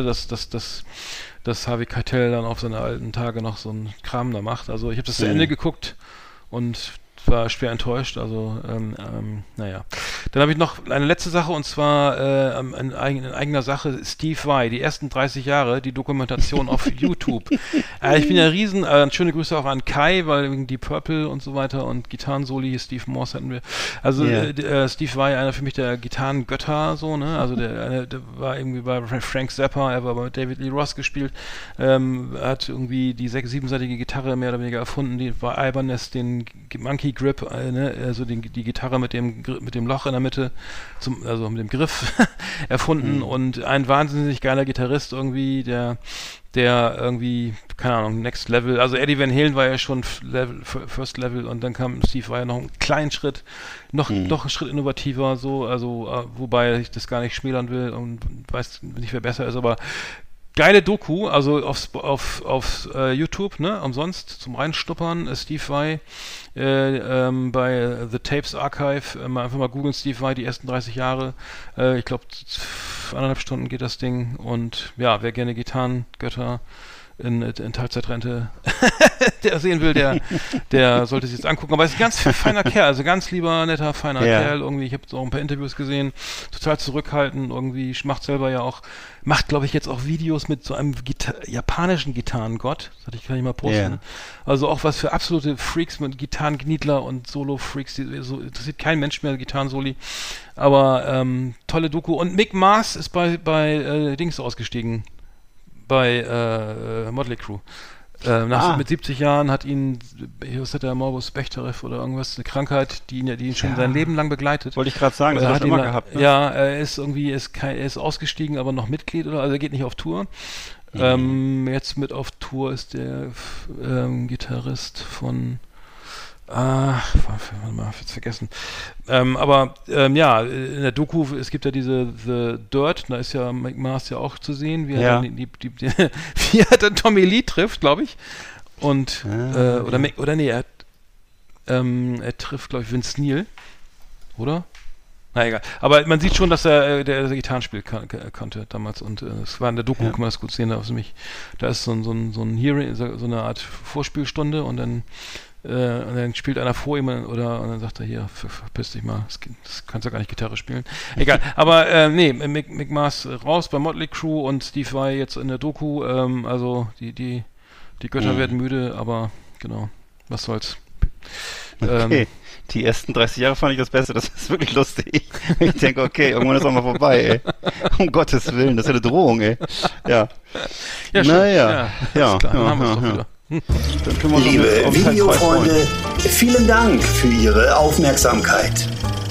dass Harvey Keitel dann auf seine alten Tage noch so einen Kram da macht. Also ich habe das zu Ende geguckt und war schwer enttäuscht, also naja. Dann habe ich noch eine letzte Sache und zwar in eigener Sache Steve Vai, die ersten 30 Jahre, die Dokumentation auf YouTube. Ich bin ja schöne Grüße auch an Kai, weil wegen Deep Purple und so weiter und Gitarrensoli, Steve Morse hatten wir. Also Steve Vai, einer für mich der Gitarrengötter, so, ne? Also der war irgendwie bei Frank Zappa, er war bei David Lee Roth gespielt, hat irgendwie die 6-7-seitige Gitarre mehr oder weniger erfunden, die war Ibanez, den Monkey Grip, also die Gitarre mit dem Loch in der Mitte, also mit dem Griff erfunden und ein wahnsinnig geiler Gitarrist irgendwie, der irgendwie, keine Ahnung, Next Level, also Eddie Van Halen war ja schon First Level und dann kam Steve Vai noch einen kleinen Schritt, noch einen Schritt innovativer, so, also wobei ich das gar nicht schmälern will und weiß nicht, wer besser ist, aber geile Doku, also auf YouTube, ne, umsonst zum Reinstuppern, Steve Vai bei The Tapes Archive, einfach mal googeln, Steve Vai, die ersten 30 Jahre, ich glaube 1,5 Stunden geht das Ding und wer gerne Gitarrengötter in Teilzeitrente der sehen will, der sollte sich jetzt angucken. Aber er ist ein ganz feiner Kerl, also ganz lieber, netter, feiner Kerl. Irgendwie, ich habe auch ein paar Interviews gesehen, total zurückhaltend, irgendwie macht selber ja auch, glaube ich, jetzt auch Videos mit so einem japanischen Gitarrengott. Das kann ich mal posten. Yeah. Also auch was für absolute Freaks mit Gitarrengniedler und Solo-Freaks, so interessiert kein Mensch mehr, Gitarrensoli. Aber tolle Doku. Und Mick Mars ist bei Dings ausgestiegen. Bei Motley Crue. Mit 70 Jahren hat ihn, was hat der, Morbus Bechterew oder irgendwas, eine Krankheit, die ihn schon sein Leben lang begleitet. Wollte ich gerade sagen, das hat er immer gehabt. Ne? Ja, er ist ausgestiegen, aber noch Mitglied, also er geht nicht auf Tour. Jetzt mit auf Tour ist der Gitarrist von warte mal, ich hab's vergessen. Ja, in der Doku, es gibt ja diese The Dirt, da ist ja Mick Mars ja auch zu sehen, wie er dann Tommy Lee trifft, glaube ich. Und er trifft, glaube ich, Vince Neil, oder? Na egal. Aber man sieht schon, dass er der Gitarren spielen konnte damals und es war in der Doku, kann man das gut sehen, da ist so ein Hearing, so eine Art Vorspielstunde und dann spielt einer vor ihm und dann sagt er, hier, verpiss dich mal, das kannst ja gar nicht Gitarre spielen. Egal, aber Mick Mars raus bei Motley Crue und Steve Vai jetzt in der Doku, also die Götter werden müde, aber genau, was soll's. Okay. Die ersten 30 Jahre fand ich das Beste, das ist wirklich lustig. Ich denke, okay, irgendwann ist auch mal vorbei, ey. Um Gottes Willen, das ist ja eine Drohung, ey. Ja. Ja, schön. Naja. Ja, klar, dann haben wir es doch wieder. Liebe Videofreunde, vielen Dank für Ihre Aufmerksamkeit.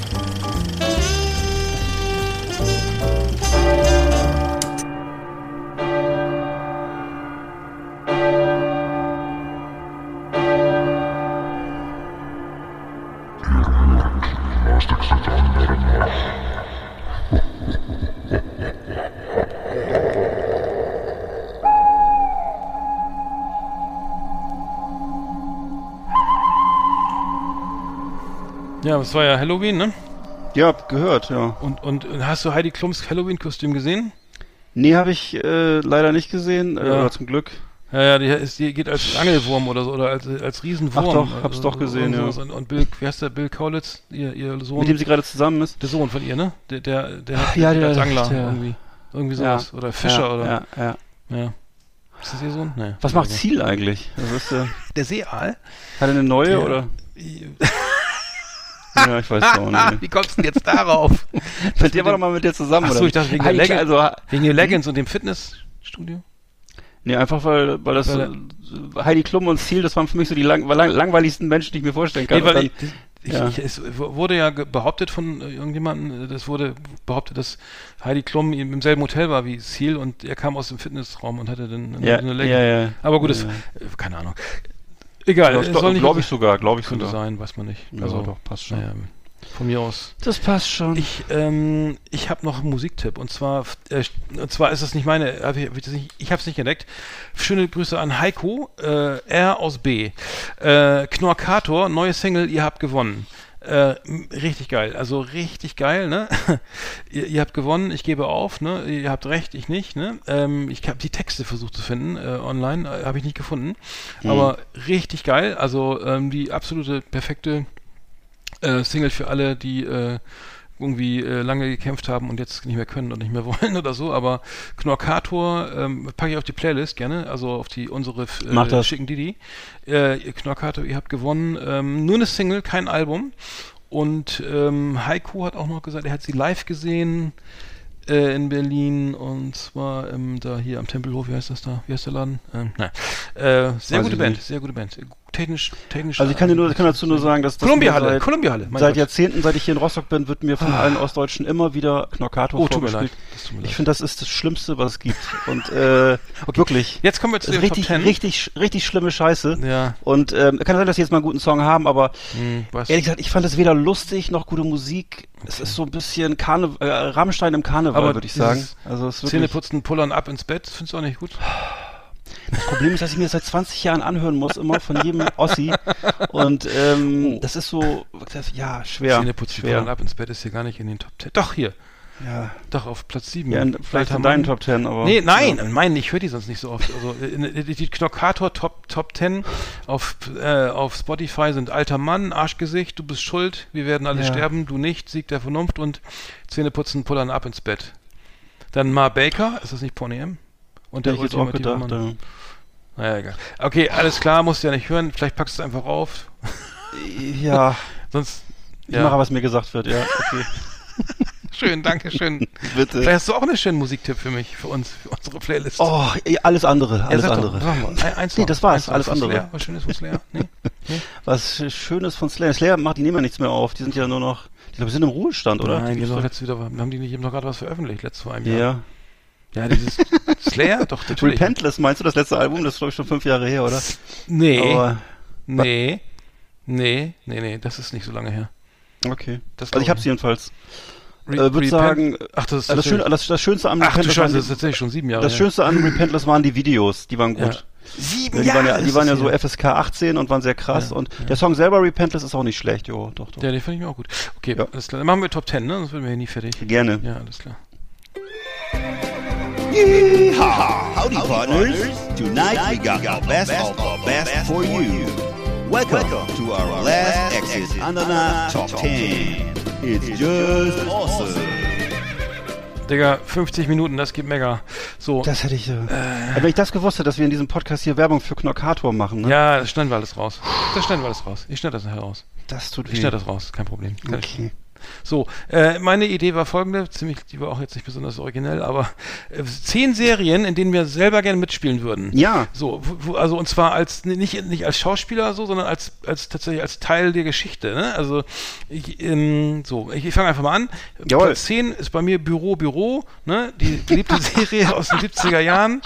Ja, es war ja Halloween, ne? Ja, gehört, ja. Und hast du Heidi Klums Halloween-Kostüm gesehen? Nee, habe ich leider nicht gesehen, oder zum Glück. Ja, die geht als Angelwurm oder so, oder als Riesenwurm. Ach doch, hab's doch gesehen, ja. Und Bill, wie heißt der, Bill Kaulitz, ihr Sohn? Mit dem sie gerade zusammen ist? Der Sohn von ihr, ne? Der hat als Angler irgendwie sowas. Ja, oder Fischer, oder? Ja. Ist das ihr Sohn? Nee. Was macht Ziel eigentlich? Also ist der Seeaal? Hat er eine neue, oder? Ja, ich weiß auch nicht. Wie kommst du denn jetzt darauf? Der war doch mal mit dir zusammen, oder? Achso, ich dachte wegen der Leggings und dem Fitnessstudio? Nee, einfach weil das Heidi Klum und Ziel, das waren für mich so die langweiligsten Menschen, die ich mir vorstellen kann. Nee, es wurde ja behauptet von irgendjemandem, dass Heidi Klum im selben Hotel war wie Ziel und er kam aus dem Fitnessraum und hatte dann eine Leggings. Ja. Aber gut, keine Ahnung. Egal, glaube ich sogar. Könnte sein, weiß man nicht. Also doch, passt schon. Von mir aus. Das passt schon. Ich habe noch einen Musiktipp und zwar ist das nicht meine, ich habe es nicht entdeckt. Schöne Grüße an Heiko, R aus B. Knorkator, neue Single, ihr habt gewonnen. Richtig geil, also richtig geil, ne? ihr habt gewonnen, ich gebe auf, ne? Ihr habt recht, ich nicht, ne? Ich habe die Texte versucht zu finden, online, habe ich nicht gefunden, aber richtig geil, also die absolute perfekte Single für alle, die irgendwie lange gekämpft haben und jetzt nicht mehr können und nicht mehr wollen oder so, aber Knorkator packe ich auf die Playlist gerne, also auf unsere schicken Didi. Knorkator, ihr habt gewonnen. Nur eine Single, kein Album. Und Heiko hat auch noch gesagt, er hat sie live gesehen in Berlin und zwar da hier am Tempelhof, wie heißt das da? Wie heißt der Laden? Sehr gute Band. Technisch. Also ich kann dazu nur sagen, dass das Columbia-Halle. Seit Jahrzehnten, seit ich hier in Rostock bin, wird mir von allen Ostdeutschen immer wieder Knorkator vorgespielt. Ich finde, das ist das Schlimmste, was es gibt. Und okay. Wirklich. Jetzt kommen wir zu den Top 10. Richtig schlimme Scheiße. Ja. Und kann sein, dass sie jetzt mal einen guten Song haben, aber ehrlich gesagt, ich fand das weder lustig noch gute Musik. Okay. Es ist so ein bisschen Rammstein im Karneval, würde ich sagen. Also es Zähneputzen, Pullern ab ins Bett, findest du auch nicht gut? Das Problem ist, dass ich mir das seit 20 Jahren anhören muss, immer von jedem Ossi. Und das ist so, schwer. Zähneputzen, Pullern ab ins Bett ist hier gar nicht in den Top 10. Doch, hier. Ja. Doch, auf Platz 7. Ja, vielleicht in deinen Top 10, aber... Nee, nein, ich höre die sonst nicht so oft. Also die Knockator Top 10 auf Spotify sind Alter Mann, Arschgesicht, Du bist schuld, Wir werden alle sterben, Du nicht, Sieg der Vernunft und Zähneputzen, Pullern ab ins Bett. Dann Ma Baker, ist das nicht Pony M? Und der ich auch gedacht, Mann. Naja, egal. Okay, alles klar, musst du ja nicht hören, vielleicht packst du es einfach auf. Ja. Sonst... Ich mache, was mir gesagt wird, ja, okay. Schön, danke schön. Bitte. Vielleicht hast du auch einen schönen Musiktipp für mich, für unsere Playlist. Oh, alles andere, alles andere. Nee, das war's, alles andere. Slayer? Was Schönes von Slayer? Nee? Was Schönes von Slayer. Slayer die nehmen ja nichts mehr auf, die sind ja nur noch, ich glaube, die sind im Ruhestand, oder? Nein, die haben die nicht noch gerade was veröffentlicht, vor einem Jahr. Ja. Ja, dieses Slayer, doch, natürlich. Repentless, meinst du, das letzte Album? Das ist, glaube ich, schon 5 Jahre her, oder? Nee. Aber, nee, das ist nicht so lange her. Okay. Also ich hab's jedenfalls. Würde sagen, das Schönste an Repentless... Ach du Scheiße, das ist tatsächlich schon 7 Jahre Das Schönste an Repentless waren die Videos, die waren gut. Ja. 7 Jahre? Die waren ja so FSK 18 und waren sehr krass. Und der Song selber, Repentless, ist auch nicht schlecht. Jo, doch. Ja, den fand ich mir auch gut. Okay, alles klar. Dann machen wir Top 10, ne? Sonst werden wir hier nie fertig. Gerne. Ja, alles klar. Yeehaw! Howdy, partners! Tonight we got our best of our best for you. Welcome to our last Exit Ananas Top 10. It's just awesome. Digga, 50 Minuten, das geht mega. So. Das hätte ich... wenn ich das gewusst hätte, dass wir in diesem Podcast hier Werbung für Knockator machen, ne? Ja, das schneiden wir alles raus. Ich schneide das nachher raus. Das tut weh. Ich schneide das raus, kein Problem. Okay. So, meine Idee war folgende, die war auch jetzt nicht besonders originell, aber 10 Serien, in denen wir selber gerne mitspielen würden. Ja. So, also und zwar als nicht als Schauspieler so, sondern als tatsächlich als Teil der Geschichte. Ne? Also ich fange einfach mal an. Jawohl. Platz 10 ist bei mir Büro, ne? Die beliebte Serie aus den 70er Jahren.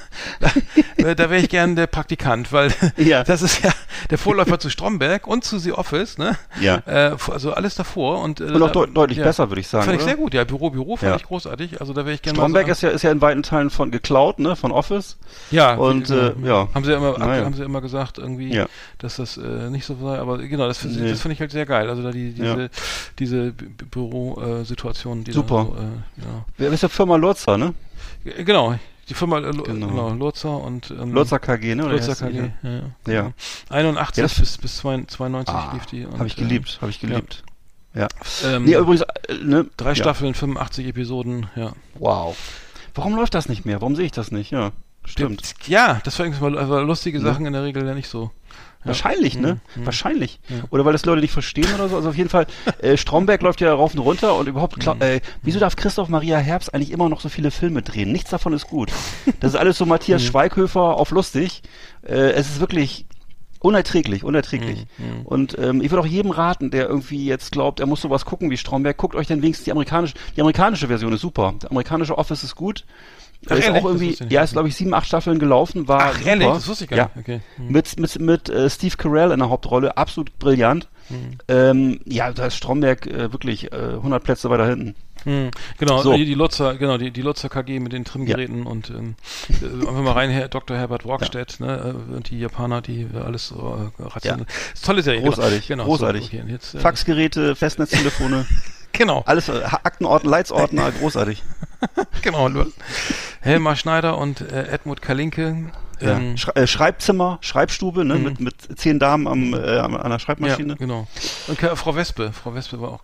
Da wäre ich gern der Praktikant, weil das ist ja der Vorläufer zu Stromberg und zu The Office. Ne? Ja. Also alles davor und auch deutlich besser, würde ich sagen. Fand ich sehr gut, ja. Büro fand ich großartig. Also da wäre ich gerne Stromberg ist ja in weiten Teilen von geklaut, ne, von Office. Ja. Und haben sie immer gesagt irgendwie, dass das nicht so sei, aber genau, das finde ich halt sehr geil. Also da diese Bürosituationen, die super. Da so, Wer ist der Firma Lurzer, ne? Genau. Die Firma Lurzer und Lurzer KG, ne? Oder Lurzer KG, ja. 81 bis 92 lief die. Habe ich geliebt. Ja. Übrigens, 3 Staffeln, 85 Episoden, ja. Wow. Warum läuft das nicht mehr? Warum sehe ich das nicht? Ja, stimmt. Ja, das war irgendwie mal lustige Sachen in der Regel ja nicht so. Ja. Wahrscheinlich, ne? Wahrscheinlich. Ja. Oder weil das Leute nicht verstehen oder so. Also auf jeden Fall, Stromberg läuft ja rauf und runter und überhaupt, wieso darf Christoph Maria Herbst eigentlich immer noch so viele Filme drehen? Nichts davon ist gut. Das ist alles so Matthias Schweighöfer auf lustig. Es ist wirklich... Unerträglich. Und ich würde auch jedem raten, der irgendwie jetzt glaubt, er muss sowas gucken wie Stromberg, guckt euch dann wenigstens die amerikanische Version ist super. Der amerikanische Office ist gut. Ach, ist auch irgendwie, ist glaube ich 7, 8 Staffeln gelaufen, war Ach, super. Ehrlich? Das wusste ich gar nicht. Okay. Mit Steve Carell in der Hauptrolle, absolut brillant. Da ist Stromberg wirklich 100 Plätze weiter hinten. Genau, so. die Lutzer KG mit den Trimgeräten und einfach mal rein, Dr. Herbert Rockstedt, ne, und die Japaner, die alles so rational. Ist tolle Serie. Großartig, genau. großartig. So, okay, jetzt, Faxgeräte, Festnetztelefone. Genau. Alles, Aktenordner, Leitsordner, großartig. Genau. Helmar Schneider und Edmund Kalinke. Schreibzimmer, Schreibstube, ne, mit 10 Damen an der Schreibmaschine. Ja, genau. Und Frau Wespe war auch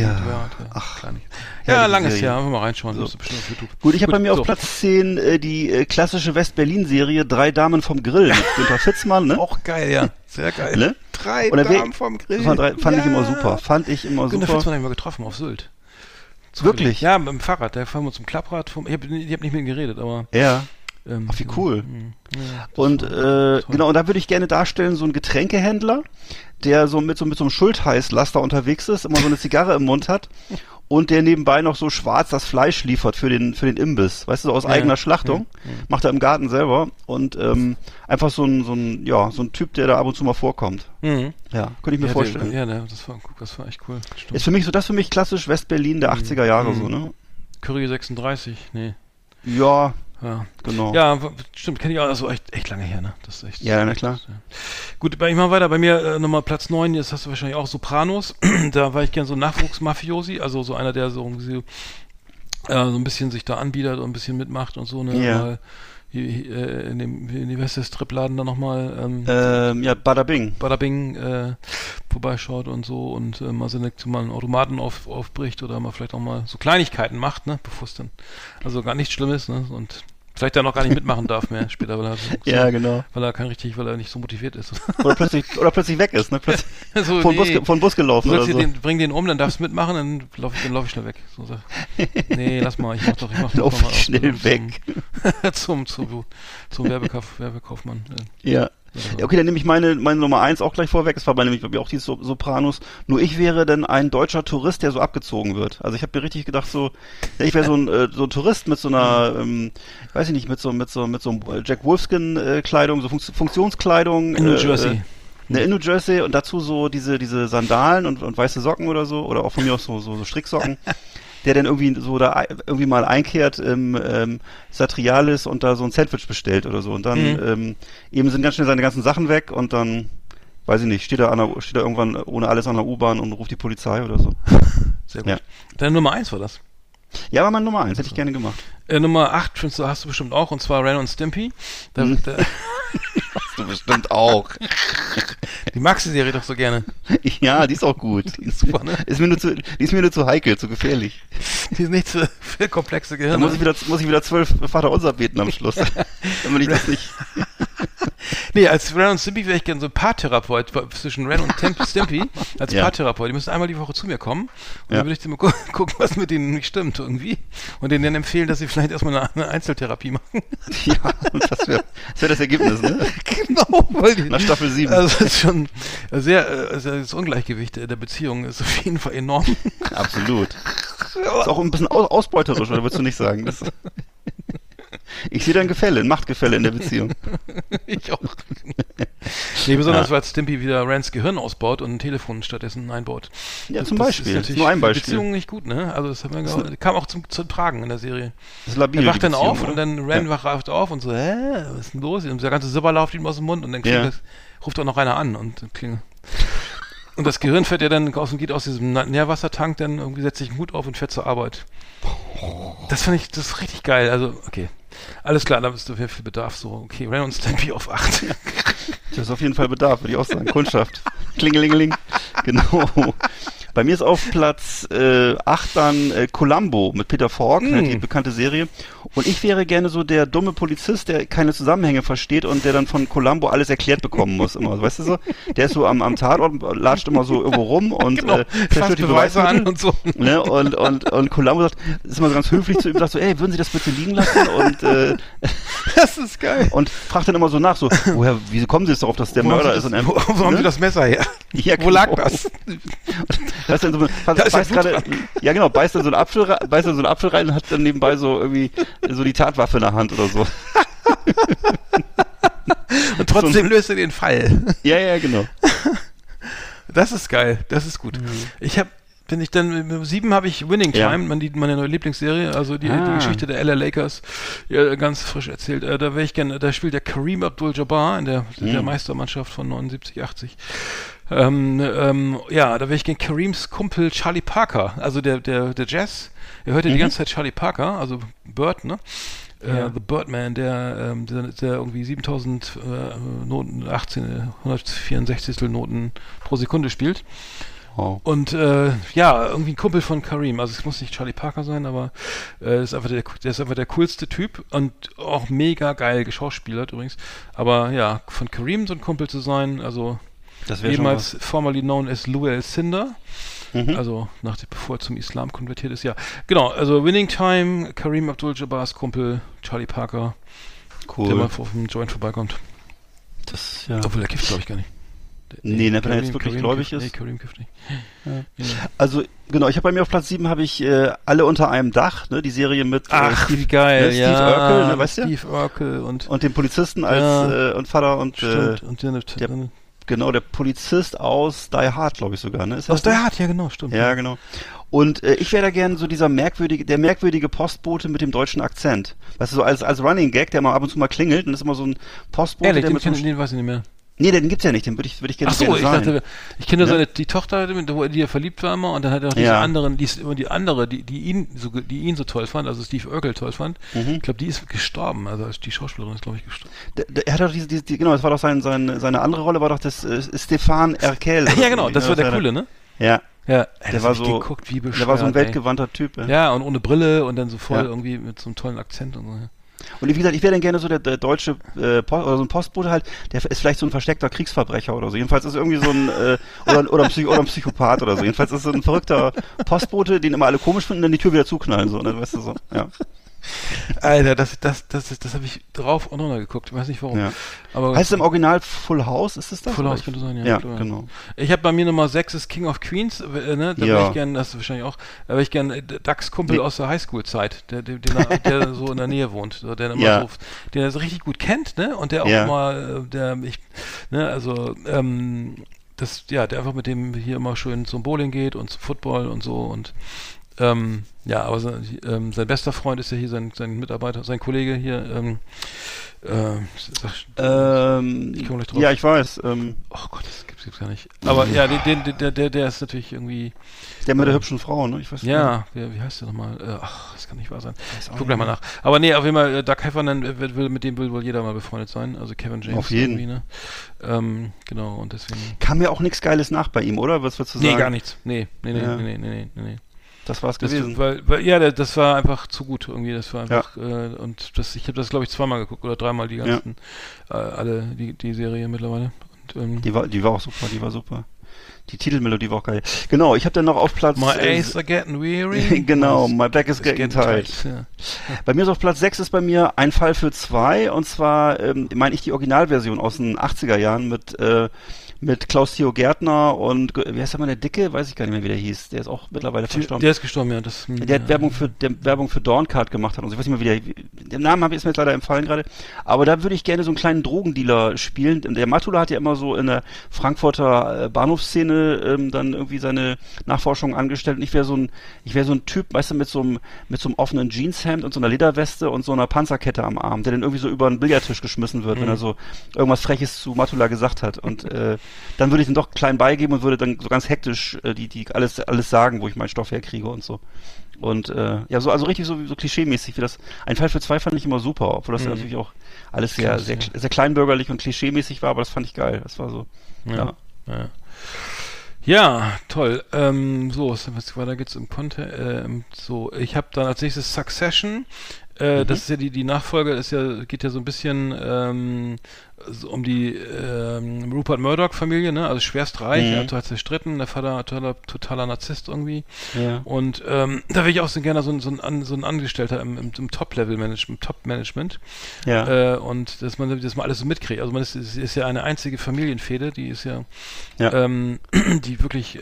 langes Jahr, einfach mal reinschauen. So. Das ist bestimmt auf YouTube. Gut, ich habe bei mir auf Platz 10 die klassische West-Berlin-Serie 3 Damen vom Grill mit Günter Fitzmann, ne? Auch geil, ja. Sehr geil. Ne? 3 Damen vom Grill. Fand ich immer super. Günter Fitzmann habe ich mal getroffen auf Sylt. Wirklich? Ja, mit dem Fahrrad. Der fahren wir zum Klapprad. Ich hab nicht mit ihm geredet, aber... Ja. Ach, wie cool. Und genau, und da würde ich gerne darstellen, so ein Getränkehändler, der so mit so einem Schultheißlaster unterwegs ist, immer so eine Zigarre im Mund hat und der nebenbei noch so schwarz das Fleisch liefert für den Imbiss, weißt du, so aus eigener Schlachtung, macht er im Garten selber und einfach so ein Typ, der da ab und zu mal vorkommt. Ja, könnte ich mir vorstellen. Das war echt cool. Stimmt. Ist für mich klassisch West-Berlin der 80er Jahre so, ne? Curry 36, nee. Ja, genau. Ja, stimmt, kenne ich auch, also echt lange her, ne? Das ist echt. Ja, na klar. Gut, ich mach weiter. Bei mir nochmal Platz 9, jetzt hast du wahrscheinlich auch Sopranos. Da war ich gern so Nachwuchsmafiosi, also so einer, der so so ein bisschen sich da anbietet und ein bisschen mitmacht und so, ne? Ja. Mal in dem Strip-Laden da nochmal Bada Bing. Bada Bing vorbeischaut und so und mal einen Automaten aufbricht oder mal vielleicht auch mal so Kleinigkeiten macht, ne? Bevor es dann also gar nichts Schlimmes, ne? Und vielleicht dann auch gar nicht mitmachen darf mehr später, weil er genau. weil er nicht so motiviert ist. Oder plötzlich weg ist, ne? Plötzlich so, von Bus gelaufen oder so. Bring den um, dann darfst du mitmachen, dann lauf ich schnell weg. So, nee, lass mal, ich mach doch lauf ich schnell weg. Zum Werbekaufmann. Ja. Ja, okay, dann nehme ich meine Nummer 1 auch gleich vorweg. Es war nämlich bei mir auch die Sopranos. Nur ich wäre dann ein deutscher Tourist, der so abgezogen wird. Also ich habe mir richtig gedacht, ich wäre so ein Tourist mit so einer, weiß ich nicht, mit so einem Jack Wolfskin Kleidung, so Funktionskleidung. In New Jersey. In New Jersey und dazu so diese Sandalen und weiße Socken oder so, oder auch von mir aus so Stricksocken. Der dann irgendwie mal einkehrt im Satrialis und da so ein Sandwich bestellt oder so. Und dann eben sind ganz schnell seine ganzen Sachen weg und dann, weiß ich nicht, steht er irgendwann ohne alles an der U-Bahn und ruft die Polizei oder so. Sehr gut. Ja. Deine Nummer 1 war das? Ja, war meine Nummer 1, hätte ich gerne gemacht. Nummer 8 hast du bestimmt auch, und zwar Ren und Stimpy. Hast du bestimmt auch. Die magst die Serie doch so gerne. Ja, die ist auch gut. Die ist super, ne? Die ist mir nur zu heikel, zu gefährlich. Die ist nicht für komplexe Gehirne. Da muss ich wieder 12 Vaterunser beten am Schluss. Damit ich das nicht... Nee, als Ren und Stimpy wäre ich gerne so ein Paartherapeut zwischen Ren und Stimpy. Als Paartherapeut. Die müssen einmal die Woche zu mir kommen. Und dann würde ich mal gucken, was mit denen nicht stimmt irgendwie. Und denen dann empfehlen, dass sie vielleicht erstmal eine Einzeltherapie machen. Ja, und das wäre das Ergebnis, ne? Genau. Nach Staffel 7. Also das ist schon das Ungleichgewicht der Beziehung ist auf jeden Fall enorm. Absolut. Ist auch ein bisschen ausbeuterisch, oder würdest du nicht sagen? Ich sehe da ein Machtgefälle in der Beziehung. Ich auch. Nee, besonders weil Stimpy wieder Rans Gehirn ausbaut und ein Telefon stattdessen einbaut. Ja, zum Beispiel. Das ist nur ein Beispiel. Beziehung nicht gut, ne? Also das kam auch zum Tragen in der Serie. Das ist labil. Er wacht dann auf oder? und dann Ran wacht auf und so, was ist denn los? Und der ganze Silber läuft ihm aus dem Mund und dann ruft auch noch einer an und klingelt. Und das Gehirn fährt ja dann geht aus diesem Nährwassertank, dann irgendwie setzt sich einen Hut auf und fährt zur Arbeit. Das ist richtig geil. Also, okay. Alles klar, da ist doch viel Bedarf. So, okay, Ren und Stimpy auf 8. Das ist auf jeden Fall Bedarf, würde ich auch sagen. Kundschaft. Klingelingeling. Genau. Bei mir ist auf Platz 8 dann Columbo mit Peter Falk, die bekannte Serie. Und ich wäre gerne so der dumme Polizist, der keine Zusammenhänge versteht und der dann von Columbo alles erklärt bekommen muss. Immer, weißt du so? Der ist so am Tatort, latscht immer so irgendwo rum und zerstört die Beweise an und so. Ne? Und Columbo ist immer so ganz höflich zu ihm, sagt so, ey, würden Sie das bitte liegen lassen? Und das ist geil. Und fragt dann immer so nach, so, wieso kommen Sie jetzt darauf, dass der Mörder ist? Wo haben Sie das Messer her? Ja, wo lag das? Beißt dann so einen Apfel rein und hat dann nebenbei so irgendwie so die Tatwaffe in der Hand oder so. Und trotzdem löst er den Fall. Ja, genau. Das ist geil, das ist gut. Mit 7 habe ich Winning Time, meine neue Lieblingsserie, also die Geschichte der LA Lakers, ganz frisch erzählt. Da spielt der Kareem Abdul-Jabbar in der Meistermannschaft von 79, 80. Da wäre ich gern Kareems Kumpel Charlie Parker, also der Jazz. Er hört ja die ganze Zeit Charlie Parker, also Bird, ne? The Birdman, der irgendwie 7000 Noten, 164 Noten pro Sekunde spielt. Oh. Und irgendwie ein Kumpel von Kareem, also es muss nicht Charlie Parker sein, aber der ist einfach der coolste Typ und auch mega geil geschauspielert übrigens. Aber ja, von Kareem so ein Kumpel zu sein, also jemals formerly known as Louis Alcindor, also bevor er zum Islam konvertiert ist, ja. Genau, also Winning Time, Kareem Abdul-Jabbars Kumpel, Charlie Parker, der mal auf dem Joint vorbeikommt. Obwohl, der kifft, glaube ich, gar nicht. Nee, wenn er jetzt wirklich gläubig ist. Nee, Kareem kifft nicht. Ja. Also, genau, ich habe bei mir auf Platz 7 Alle unter einem Dach, ne, die Serie mit wie geil, ne, Steve Urkel, ne, weißt du? Steve Urkel und dem Polizisten als und Vater und stimmt, der Polizist aus Die Hard, glaube ich sogar, ne? Ist aus Die Hard, ja genau, stimmt. Ja, genau. Und ich wäre da gern so der merkwürdige Postbote mit dem deutschen Akzent. Weißt du, so als Running Gag, der mal ab und zu mal klingelt und ist immer so ein Postbote, Ehrlich, der mit den weiß ich nicht mehr. Nee, den gibt's ja nicht, den würde ich gerne Ach so, ich sein. dachte, ich kenne Ja? die Tochter, die er verliebt war immer, und dann hat er noch diese Ja. anderen, die ihn so toll fand, also Steve Urkel toll fand. Ich glaube, die ist gestorben, also die Schauspielerin ist, glaube ich, gestorben. Er hat doch genau, das war doch seine andere Rolle, war doch das Stefan Erkel. Ja, genau, das war der Coole, ne? Ja. Ja, Der war so, geguckt, wie bescheuert, der war so ein ey. weltgewandter Typ. Ja, und ohne Brille und dann so voll Ja. irgendwie mit so einem tollen Akzent und so. Ja. Und wie gesagt, ich wäre dann gerne so der deutsche oder so ein Postbote halt, der ist vielleicht so ein versteckter Kriegsverbrecher oder so. Jedenfalls ist irgendwie so ein oder ein Psychopath oder so. Jedenfalls ist so ein verrückter Postbote, den immer alle komisch finden und dann die Tür wieder zuknallen, so, ne? Weißt du so. Ja. Alter, das habe ich drauf und runter geguckt. Ich weiß nicht warum. Ja. Aber Heißt es im Original Full House, ist es das? Full House könnte sein, ja. Ja, klar. genau. Ich habe bei mir Nummer 6 ist King of Queens, ne? Da Ja. wäre ich gern, das ist wahrscheinlich auch, da wäre ich gern Ducks Kumpel aus der Highschool-Zeit, der so in der Nähe wohnt, so, der immer Ja. so, den er so richtig gut kennt, ne? Und der auch Ja. immer, der einfach mit dem hier immer schön zum Bowling geht und zum Football und so und aber sein bester Freund ist ja hier sein Mitarbeiter, sein Kollege hier, ich komme gleich drauf. Ja, ich weiß. Oh Gott, das gibt's gar nicht. Aber ja, der ist natürlich irgendwie. Der mit der hübschen Frau, ne? Ich weiß nicht. Ja, wie heißt der nochmal? Das kann nicht wahr sein. Guck gleich mal nach. Aber nee, auf jeden Fall, Doug Heffernan, mit dem will wohl jeder mal befreundet sein. Also Kevin James. Auf jeden. Ne? Genau, und deswegen. Kam mir auch nichts Geiles nach bei ihm, oder? Was würdest du sagen? Nee, gar nichts. Nee. Ja. Nee. Das war's Das, gewesen. das war einfach zu gut irgendwie. Das war einfach, ich habe das, glaube ich, zweimal geguckt oder dreimal die ganzen, alle die Serie mittlerweile. Und, Die war auch super, die war super. Die Titelmelodie war auch geil. Genau, ich habe dann noch auf Platz... My Ace are getting weary. Genau, My Back is getting tight. Ja. Bei mir ist auf Platz 6 ist bei mir Ein Fall für zwei, und zwar meine ich die Originalversion aus den 80er Jahren mit Klaus-Theo Gärtner und wie heißt der mal, der Dicke? Weiß ich gar nicht mehr, wie der hieß. Der ist auch mittlerweile verstorben. Der ist gestorben, ja. Der hat Werbung für Dorncard gemacht hat und so. Ich weiß nicht mehr, wie der Name ist mir jetzt leider empfallen gerade. Aber da würde ich gerne so einen kleinen Drogendealer spielen. Der Matula hat ja immer so in der Frankfurter Bahnhofsszene dann irgendwie seine Nachforschungen angestellt. Und ich wäre so ein Typ, weißt du, mit so einem offenen Jeanshemd und so einer Lederweste und so einer Panzerkette am Arm, der dann irgendwie so über einen Billardtisch geschmissen wird, wenn er so irgendwas Freches zu Matula gesagt hat. Und dann würde ich ihn doch klein beigeben und würde dann so ganz hektisch die alles sagen, wo ich meinen Stoff herkriege und so. Und also richtig so klischeemäßig wie das. Ein Fall für zwei fand ich immer super, obwohl das natürlich auch alles sehr kleinbürgerlich und klischeemäßig war, aber das fand ich geil. Das war so. Ja, toll. Was weiter geht's im Content? Ich habe dann als nächstes Succession. Das ist ja die Nachfolge, geht ja so ein bisschen um die Rupert Murdoch-Familie, ne? Also schwerst reich, total zerstritten, der Vater totaler Narzisst irgendwie. Ja. Und da will ich auch so gerne so ein Angestellter im Top-Management. Ja. Und dass man alles so mitkriegt. Also es ist ja eine einzige Familienfehde, die ist ja. Die wirklich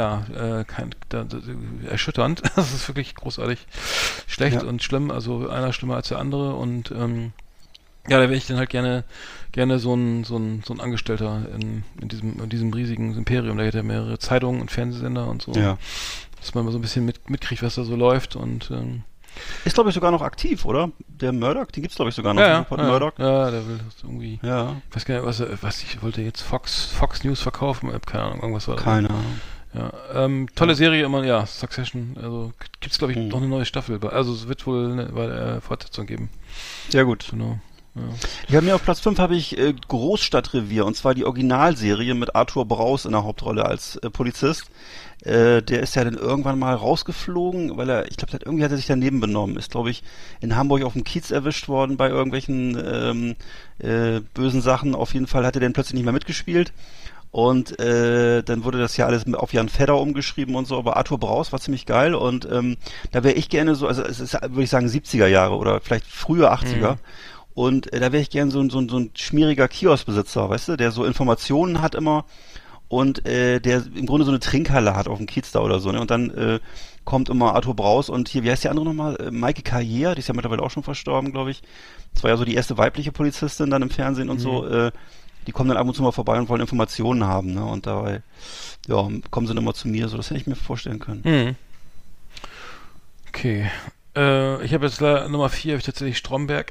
erschütternd. Das ist wirklich großartig schlecht und schlimm, also einer schlimmer als der andere und da wäre ich dann halt gerne so ein Angestellter in diesem riesigen Imperium. Da hat ja mehrere Zeitungen und Fernsehsender und so. Ja. Dass man mal so ein bisschen mitkriegt, was da so läuft und ist, glaube ich, sogar noch aktiv, oder? Der Murdoch, den gibt's, glaube ich, sogar noch. Murdoch. Ja, der will das irgendwie. Ja. Ich weiß gar nicht, was ich wollte jetzt Fox News verkaufen. Keine Ahnung, irgendwas war das. Keine Ahnung. Ja, tolle Serie immer, Succession. Also gibt's, glaube ich, noch eine neue Staffel. Also es wird wohl eine Fortsetzung geben. Sehr gut. Genau. Ja. Ich habe mir auf Platz 5 Großstadtrevier, und zwar die Originalserie mit Arthur Braus in der Hauptrolle als Polizist. Der ist ja dann irgendwann mal rausgeflogen, weil ich glaube, irgendwie hat er sich daneben benommen. Ist, glaube ich, in Hamburg auf dem Kiez erwischt worden bei irgendwelchen bösen Sachen. Auf jeden Fall hat er dann plötzlich nicht mehr mitgespielt. Und dann wurde das ja alles auf Jan Fedder umgeschrieben und so, aber Arthur Braus war ziemlich geil und da wäre ich gerne so, also es ist, würde ich sagen, 70er Jahre oder vielleicht frühe 80er. Und da wäre ich gern so ein schmieriger Kioskbesitzer, weißt du, der so Informationen hat immer und der im Grunde so eine Trinkhalle hat auf dem Kiez da oder so, ne? Und dann kommt immer Arthur Braus und hier, wie heißt die andere nochmal? Maike Carrière, die ist ja mittlerweile auch schon verstorben, glaube ich. Das war ja so die erste weibliche Polizistin dann im Fernsehen und so. Die kommen dann ab und zu mal vorbei und wollen Informationen haben, ne? Und dabei, kommen sie dann immer zu mir, so, das hätte ich mir vorstellen können. Okay. Ich habe jetzt Nummer 4, habe ich tatsächlich Stromberg.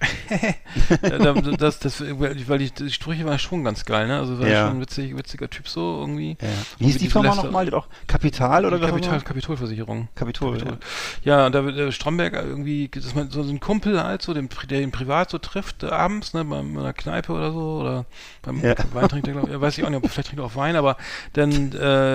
Weil die Sprüche waren schon ganz geil, ne? Also war schon ein witziger Typ so irgendwie. Ja. Wie hieß die Firma nochmal? Die hat auch Kapital oder was? Kapitolversicherung. Kapitol. Ja, und der Stromberg irgendwie, dass man so ein Kumpel halt, so der ihn privat so trifft, abends, ne, bei einer Kneipe oder so, oder beim Wein trinkt er, glaube ich, weiß ich auch nicht, vielleicht trinkt er auch Wein, aber dann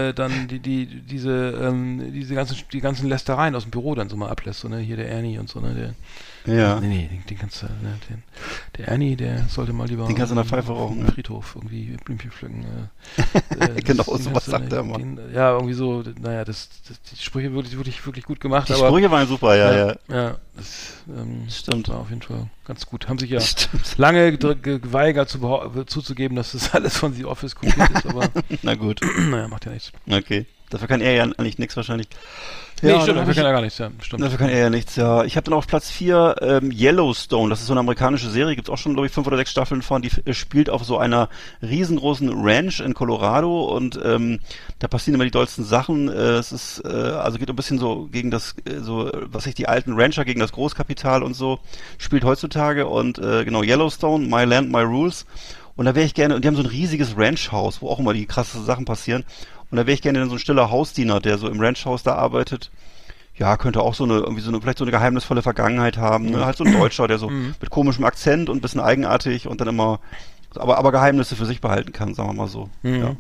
die ganzen Lästereien aus dem Büro dann so mal ablässt, so, ne, hier der Ernie und so, ne, den kannst du, ne, der Ernie, der sollte mal lieber den kannst du in der Pfeife rauchen, im Friedhof irgendwie Blümchen pflücken. Genau, sowas sagt er immer. Ja, irgendwie so, naja, die Sprüche wirklich gut gemacht. Die Sprüche waren super, ja. Ja, das stimmt. War auf jeden Fall ganz gut. Haben sich ja lange geweigert zuzugeben, dass das alles von The Office kopiert ist, aber na gut. Naja, macht ja nichts. Okay. Dafür kann er ja eigentlich nichts wahrscheinlich. Nee, ja, stimmt, dafür kann er gar nichts, ja. Stimmt. Dafür kann er ja nichts, ja. Ich habe dann auf Platz 4 Yellowstone, das ist so eine amerikanische Serie, gibt's auch schon, glaube ich, 5 oder 6 Staffeln von, die spielt auf so einer riesengroßen Ranch in Colorado und da passieren immer die dollsten Sachen. Es ist, also geht ein bisschen so gegen das, die alten Rancher gegen das Großkapital und so, spielt heutzutage und genau, Yellowstone, My Land, My Rules. Und da wäre ich gerne, und die haben so ein riesiges Ranchhaus, wo auch immer die krassen Sachen passieren. Und da wäre ich gerne dann so ein stiller Hausdiener, der so im Ranchhaus da arbeitet. Ja, könnte auch vielleicht so eine geheimnisvolle Vergangenheit haben. Ne? Halt so ein Deutscher, der so mit komischem Akzent und ein bisschen eigenartig und dann immer, aber Geheimnisse für sich behalten kann, sagen wir mal so. Ja.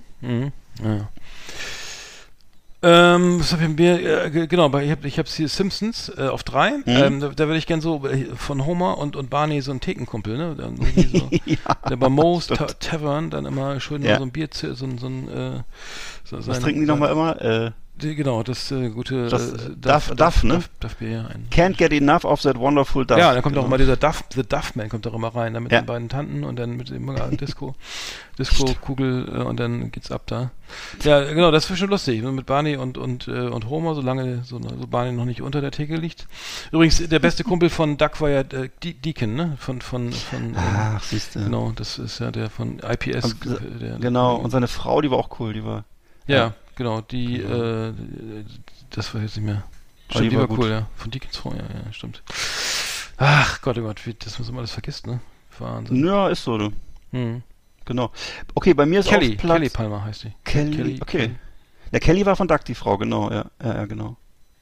Was habe ich mir, genau, ich habe hier Simpsons auf 3. Da würde ich gern so von Homer und Barney so einen Thekenkumpel, ne? Dann so, der bei Moe's Tavern dann immer schön so ein Bier, was trinken die nochmal immer? Genau, das gute Duff, ne? Duff-Bier, ja. Can't get enough of that wonderful Duff. Ja, dann kommt auch immer dieser The Duff-Man kommt auch immer rein, da mit den beiden Tanten und dann mit dem Disco-Kugel und dann geht's ab da. Ja, genau, das war schon lustig, mit Barney und Homer, solange so Barney noch nicht unter der Theke liegt. Übrigens, der beste Kumpel von Duck war ja Deacon, ne? Ach, siehst du. Genau, das ist ja der von IPS. Und, genau, und seine Frau, die war auch cool, die war... Ja. Genau, das war jetzt nicht mehr. Stimmt, die war cool, ja. Von Deacons Frau, ja, stimmt. Ach Gott, oh Gott, dass man so alles vergisst, ne? Wahnsinn. Ja, ist so, du. Genau. Okay, bei mir ist Kelly, auf Platz... Kelly Palmer heißt die. Kelly, okay. Ja, Kelly war von Duck, die Frau, genau, ja, genau.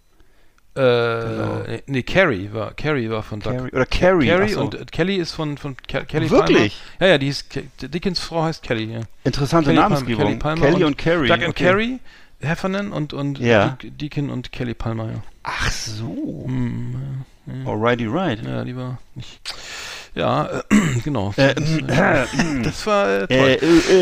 Nee, Carrie war von Duck. Carrie, und Kelly ist von Kelly Wirklich? Palmer. Ja, die ist, Dickens Frau heißt Kelly, ja. Interessante Namensgebung. Kelly und Carrie. Duck and Carrie, Heffernan und Deacon und Kelly Palmer, ja. Ach so. Alrighty, right. Ja, die war nicht... Ja, genau. Das war toll.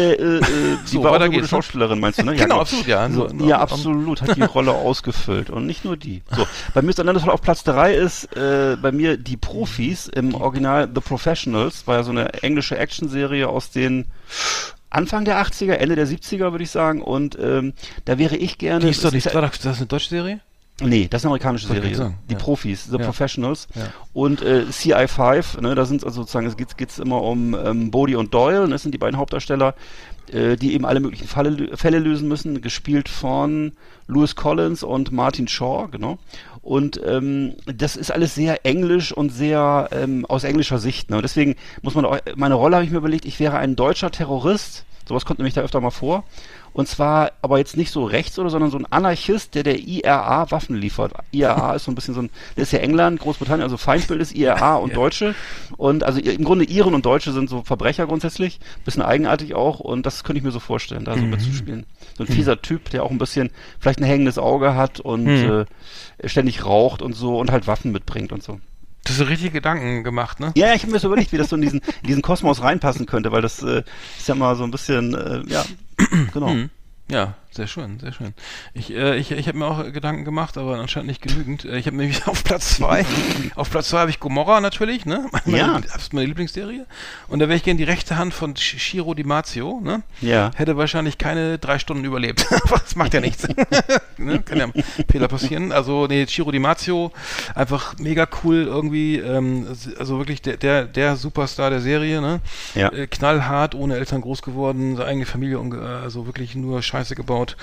Die war auch eine gute Schauspielerin, meinst du, ne? Genau, absolut, ja. Ja, absolut, hat die Rolle ausgefüllt. Und nicht nur die. So, bei mir ist dann auf Platz 3 ist bei mir die Profis, im Original The Professionals, war ja so eine englische Actionserie aus den Anfang der 80er, Ende der 70er, würde ich sagen. Und da wäre ich gerne... Die ist doch nicht, war das eine deutsche Serie? Nee, das ist eine amerikanische Serie. Die Profis, The Professionals. Ja. Und CI5, ne, da sind also sozusagen, es geht's immer um Bodie und Doyle, das sind die beiden Hauptdarsteller, die eben alle möglichen Fälle lösen müssen, gespielt von Lewis Collins und Martin Shaw, genau. Und das ist alles sehr englisch und sehr aus englischer Sicht. Ne? Und deswegen muss man auch, meine Rolle habe ich mir überlegt, ich wäre ein deutscher Terrorist, sowas kommt nämlich da öfter mal vor. Und zwar aber jetzt nicht so rechts sondern so ein Anarchist, der IRA Waffen liefert. IRA ist so ein bisschen der ist ja England, Großbritannien, also Feindbild ist IRA und Deutsche. Und also im Grunde Iren und Deutsche sind so Verbrecher grundsätzlich, bisschen eigenartig auch und das könnte ich mir so vorstellen, da so mitzuspielen. So ein fieser Typ, der auch ein bisschen vielleicht ein hängendes Auge hat und ständig raucht und so und halt Waffen mitbringt und so. Du hast so richtige Gedanken gemacht, ne? Ja, ich habe mir so überlegt, wie das so in diesen Kosmos reinpassen könnte, weil das ist ja mal so ein bisschen, genau. Ja, sehr schön, sehr schön. Ich habe mir auch Gedanken gemacht, aber anscheinend nicht genügend. Ich habe nämlich auf Platz 2 habe ich Gomorra natürlich, ne? Meine Lieblingsserie. Und da wäre ich gerne die rechte Hand von Shiro Di Marzio, ne? Ja. Hätte wahrscheinlich keine 3 Stunden überlebt. Das macht ja nichts. Ne? Kann ja Fehler passieren. Also, nee, Shiro Di Marzio, einfach mega cool irgendwie, also wirklich der Superstar der Serie, ne? Ja. Knallhart, ohne Eltern groß geworden, seine eigene Familie, also wirklich nur Scheiße gebaut. aufgebaut,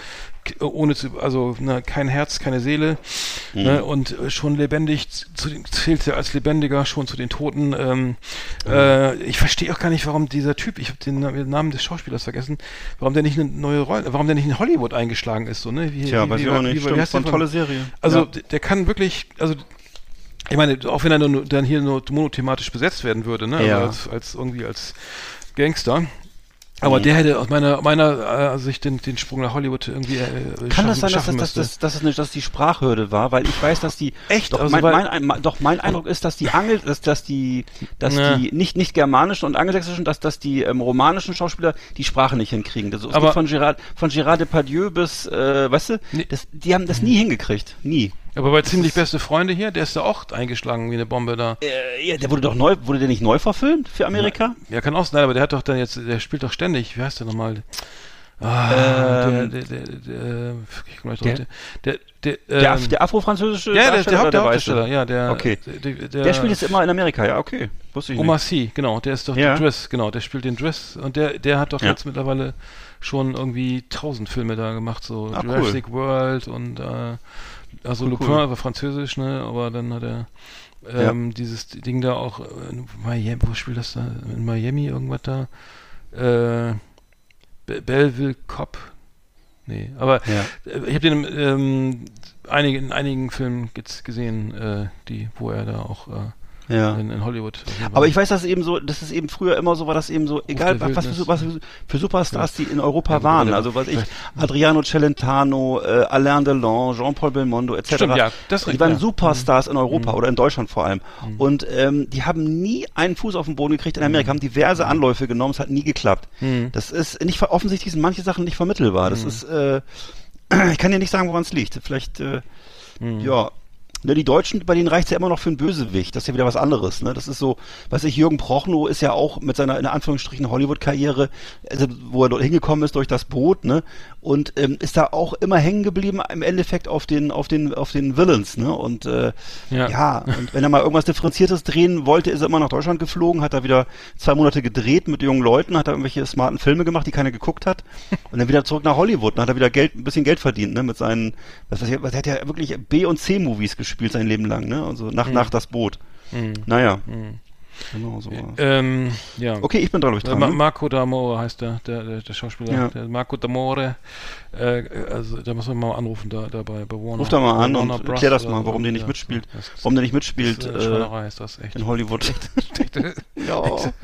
kein Herz, keine Seele, ne, und schon lebendig, zählt er als Lebendiger schon zu den Toten. Ich verstehe auch gar nicht, warum dieser Typ, ich habe den Namen des Schauspielers vergessen, warum der nicht eine neue Rolle, warum der nicht in Hollywood eingeschlagen ist, so, ne? Weiß ich auch nicht, stimmt, das war eine tolle Serie. Also, der kann wirklich, also, ich meine, auch wenn er dann hier nur monothematisch besetzt werden würde, ne, also als Gangster. Aber der hätte aus meiner Sicht den Sprung nach Hollywood irgendwie kann das sein, dass die Sprachhürde war, weil ich weiß, dass die echt. Doch, mein Eindruck ist, dass die nicht germanischen und angelsächsischen, dass die romanischen Schauspieler die Sprache nicht hinkriegen. Das, aber von Gérard Depardieu bis, weißt du, die haben das nie hingekriegt, nie. Aber bei Ziemlich beste Freunde hier, der ist da auch eingeschlagen wie eine Bombe da. Der wurde der nicht neu verfilmt für Amerika? Ja, kann auch sein, aber der hat doch dann jetzt, der spielt doch ständig, wie heißt der nochmal? Der afro-französische Darsteller, der Hauptdarsteller, ja, der spielt jetzt immer in Amerika, ja, okay, wusste ich nicht. Omar Sy, genau, der ist doch der Driss, genau, der spielt den Driss und der hat doch jetzt mittlerweile schon irgendwie 1000 Filme da gemacht, so Jurassic World und also Lupin war französisch, ne, aber dann hat er dieses Ding da auch in Miami, wo spielt das da? In Miami irgendwas da? Belleville Cop. Nee, aber ich habe den in einigen Filmen gesehen, wo er da auch in Hollywood. Aber ich weiß, dass es eben früher immer so war, dass eben so, egal was für Superstars die in Europa waren, also Adriano Celentano, Alain Delon, Jean-Paul Belmondo etc. Stimmt, die waren Superstars in Europa oder in Deutschland vor allem. Und die haben nie einen Fuß auf den Boden gekriegt in Amerika, haben diverse Anläufe genommen, es hat nie geklappt. Das ist nicht, offensichtlich sind manche Sachen nicht vermittelbar. Das ist, ich kann dir nicht sagen, woran es liegt. Vielleicht, Ne, die Deutschen, bei denen reicht's ja immer noch für einen Bösewicht. Das ist ja wieder was anderes. Ne? Das ist so, Jürgen Prochnow ist ja auch mit seiner, in Anführungsstrichen, Hollywood-Karriere, also, wo er dort hingekommen ist durch das Boot, ne? Und ist da auch immer hängen geblieben, im Endeffekt auf den Villains, ne? Und und wenn er mal irgendwas Differenziertes drehen wollte, ist er immer nach Deutschland geflogen, hat da wieder 2 Monate gedreht mit jungen Leuten, hat da irgendwelche smarten Filme gemacht, die keiner geguckt hat. Und dann wieder zurück nach Hollywood, dann hat er wieder ein bisschen Geld verdient, ne? Mit seinen, was hat ja wirklich B- und C-Movies gespielt sein Leben lang, ne? Also nach das Boot. Naja. Genau, so war Okay, ich bin dran, ne? Marco D'Amore heißt der Schauspieler. Der Marco D'Amore. Also da muss man mal anrufen, da bei Warner. Ruf da mal an und klär das mal, warum der nicht mitspielt. Warum der nicht mitspielt ist das echt. In Hollywood. Ja.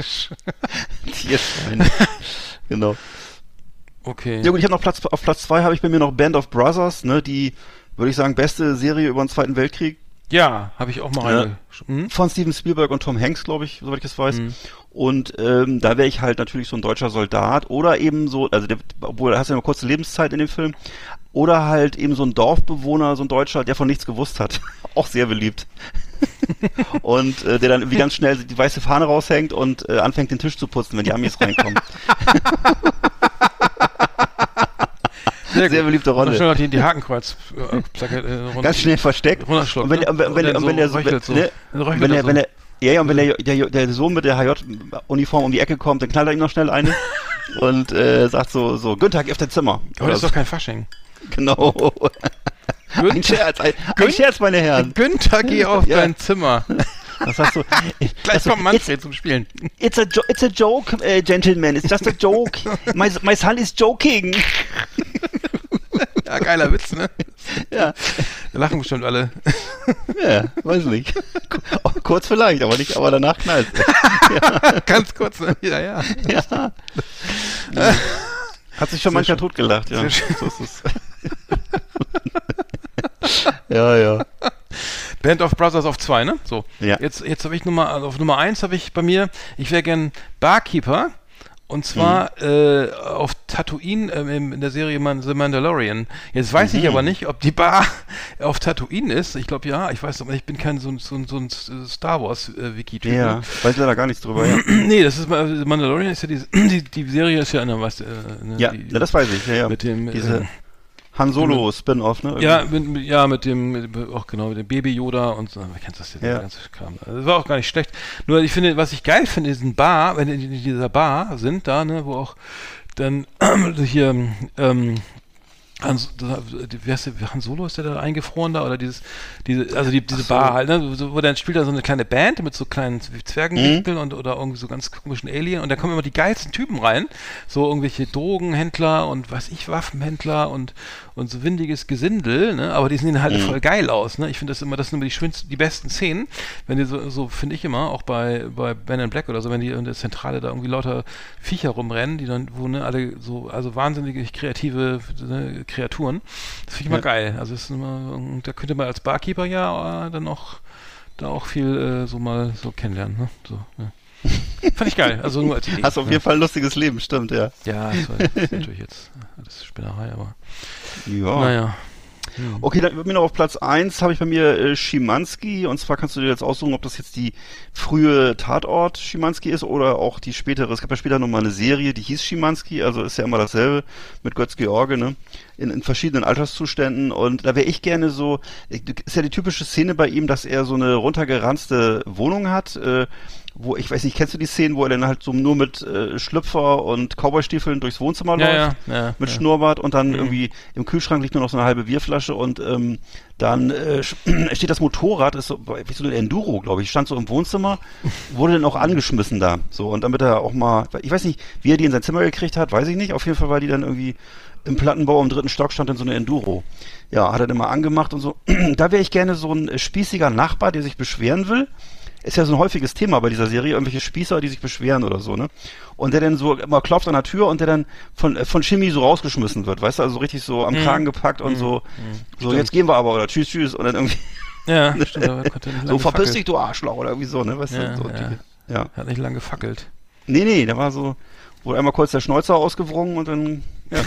Tierschwein. Genau. Okay. Ja gut, ich habe noch auf Platz 2 habe ich bei mir noch Band of Brothers, ne, die, würde ich sagen, beste Serie über den Zweiten Weltkrieg. Ja, habe ich auch mal von Steven Spielberg und Tom Hanks, glaube ich, soweit ich das weiß. Und da wäre ich halt natürlich so ein deutscher Soldat oder eben so, also obwohl da hast du ja eine kurze Lebenszeit in dem Film, oder halt eben so ein Dorfbewohner, so ein Deutscher, der von nichts gewusst hat. Auch sehr beliebt. Und der dann irgendwie ganz schnell die weiße Fahne raushängt und anfängt den Tisch zu putzen, wenn die Amis reinkommen. Sehr beliebte Rolle. Und schnell die Hakenkreuz ganz schnell versteckt. Und wenn der Sohn mit der HJ-Uniform um die Ecke kommt, dann knallt er ihm noch schnell eine und sagt so, Günther, geh auf dein Zimmer. Aber das ist doch kein Fasching. Genau. Ein Scherz, meine Herren. Günther, geh auf dein Zimmer. Was sagst du? Gleich kommt Manfred zum Spielen. It's a joke, gentlemen. It's just a joke. My son is joking. Ja, geiler Witz, ne? Ja. Da lachen bestimmt alle. Ja, weiß nicht. Kurz vielleicht, aber danach knallt ja. Ganz kurz, ne? Ja. Hat sich schon mancher totgelacht, ja. So ist es. Ja. Band of Brothers auf 2, ne? So. Ja. Jetzt habe ich auf Nummer 1 habe ich bei mir, ich wäre gern Barkeeper. Und zwar auf Tatooine in der Serie The Mandalorian. Jetzt weiß ich aber nicht, ob die Bar auf Tatooine ist. Ich glaube ja, ich weiß aber, ich bin kein so ein Star Wars Wiki-Typ. Ja, weiß leider gar nichts drüber. Ja. Nee, das ist Mandalorian ist ja die Serie ist ja eine, das weiß ich. Ja. Mit dem diese Han Solo Spin-off, ne? Mit dem Baby Yoda und so. Wer kennt das jetzt? Der ganze Kram. Also, das war auch gar nicht schlecht. Nur ich finde, was ich geil finde, ist ein Bar, wenn die in dieser Bar sind, da, ne, wo auch dann hier Han Solo ist der da eingefroren da oder diese Bar halt, ne? Wo dann spielt er so eine kleine Band mit so kleinen Zwergenwichteln oder irgendwie so ganz komischen Alien und da kommen immer die geilsten Typen rein, so irgendwelche Drogenhändler und Waffenhändler und so windiges Gesindel, ne? Aber die sehen halt voll geil aus, ne? Ich finde das sind immer die besten Szenen, wenn die so finde ich immer, auch bei Ben and Black oder so, wenn die in der Zentrale da irgendwie lauter Viecher rumrennen, die dann, wo ne, alle so, also wahnsinnige kreative Kreaturen. Das finde ich immer geil. Also ist immer, da könnte man als Barkeeper dann auch da auch viel so mal so kennenlernen. Ne? So, ja. Fand ich geil. Also nur als Idee. Hast auf jeden Fall ein lustiges Leben, stimmt, ja. Ja, das ist natürlich jetzt das ist Spinnerei, aber ja. Naja. Okay, dann wird mir noch auf Platz 1 habe ich bei mir Schimanski und zwar kannst du dir jetzt aussuchen, ob das jetzt die frühe Tatort Schimanski ist oder auch die spätere. Es gab ja später nochmal eine Serie, die hieß Schimanski, also ist ja immer dasselbe mit Götz-George, ne? In verschiedenen Alterszuständen und da wäre ich gerne so, ist ja die typische Szene bei ihm, dass er so eine runtergeranzte Wohnung hat, wo, ich weiß nicht, kennst du die Szenen, wo er dann halt so nur mit Schlüpfer und Cowboystiefeln durchs Wohnzimmer läuft, mit Schnurrbart und dann irgendwie im Kühlschrank liegt nur noch so eine halbe Bierflasche und dann steht das Motorrad, ist so ein Enduro, glaube ich, stand so im Wohnzimmer, wurde dann auch angeschmissen da, so und damit er auch mal, ich weiß nicht, wie er die in sein Zimmer gekriegt hat, weiß ich nicht, auf jeden Fall war die dann irgendwie im Plattenbau im 3. Stock stand dann so eine Enduro. Ja, hat er dann mal angemacht und so. Da wäre ich gerne so ein spießiger Nachbar, der sich beschweren will. Ist ja so ein häufiges Thema bei dieser Serie, irgendwelche Spießer, die sich beschweren oder so, ne? Und der dann so immer klopft an der Tür und der dann von Chemie so rausgeschmissen wird, weißt du? Also richtig so am Kragen gepackt und so, jetzt gehen wir aber, oder tschüss, und dann irgendwie. Ja, stimmt, so verpiss dich, du Arschloch, oder irgendwie so, ne? Weißt du? So ja. Hat nicht lange gefackelt. Nee, da war so, wurde einmal kurz der Schnäuzer ausgewrungen und dann, ja.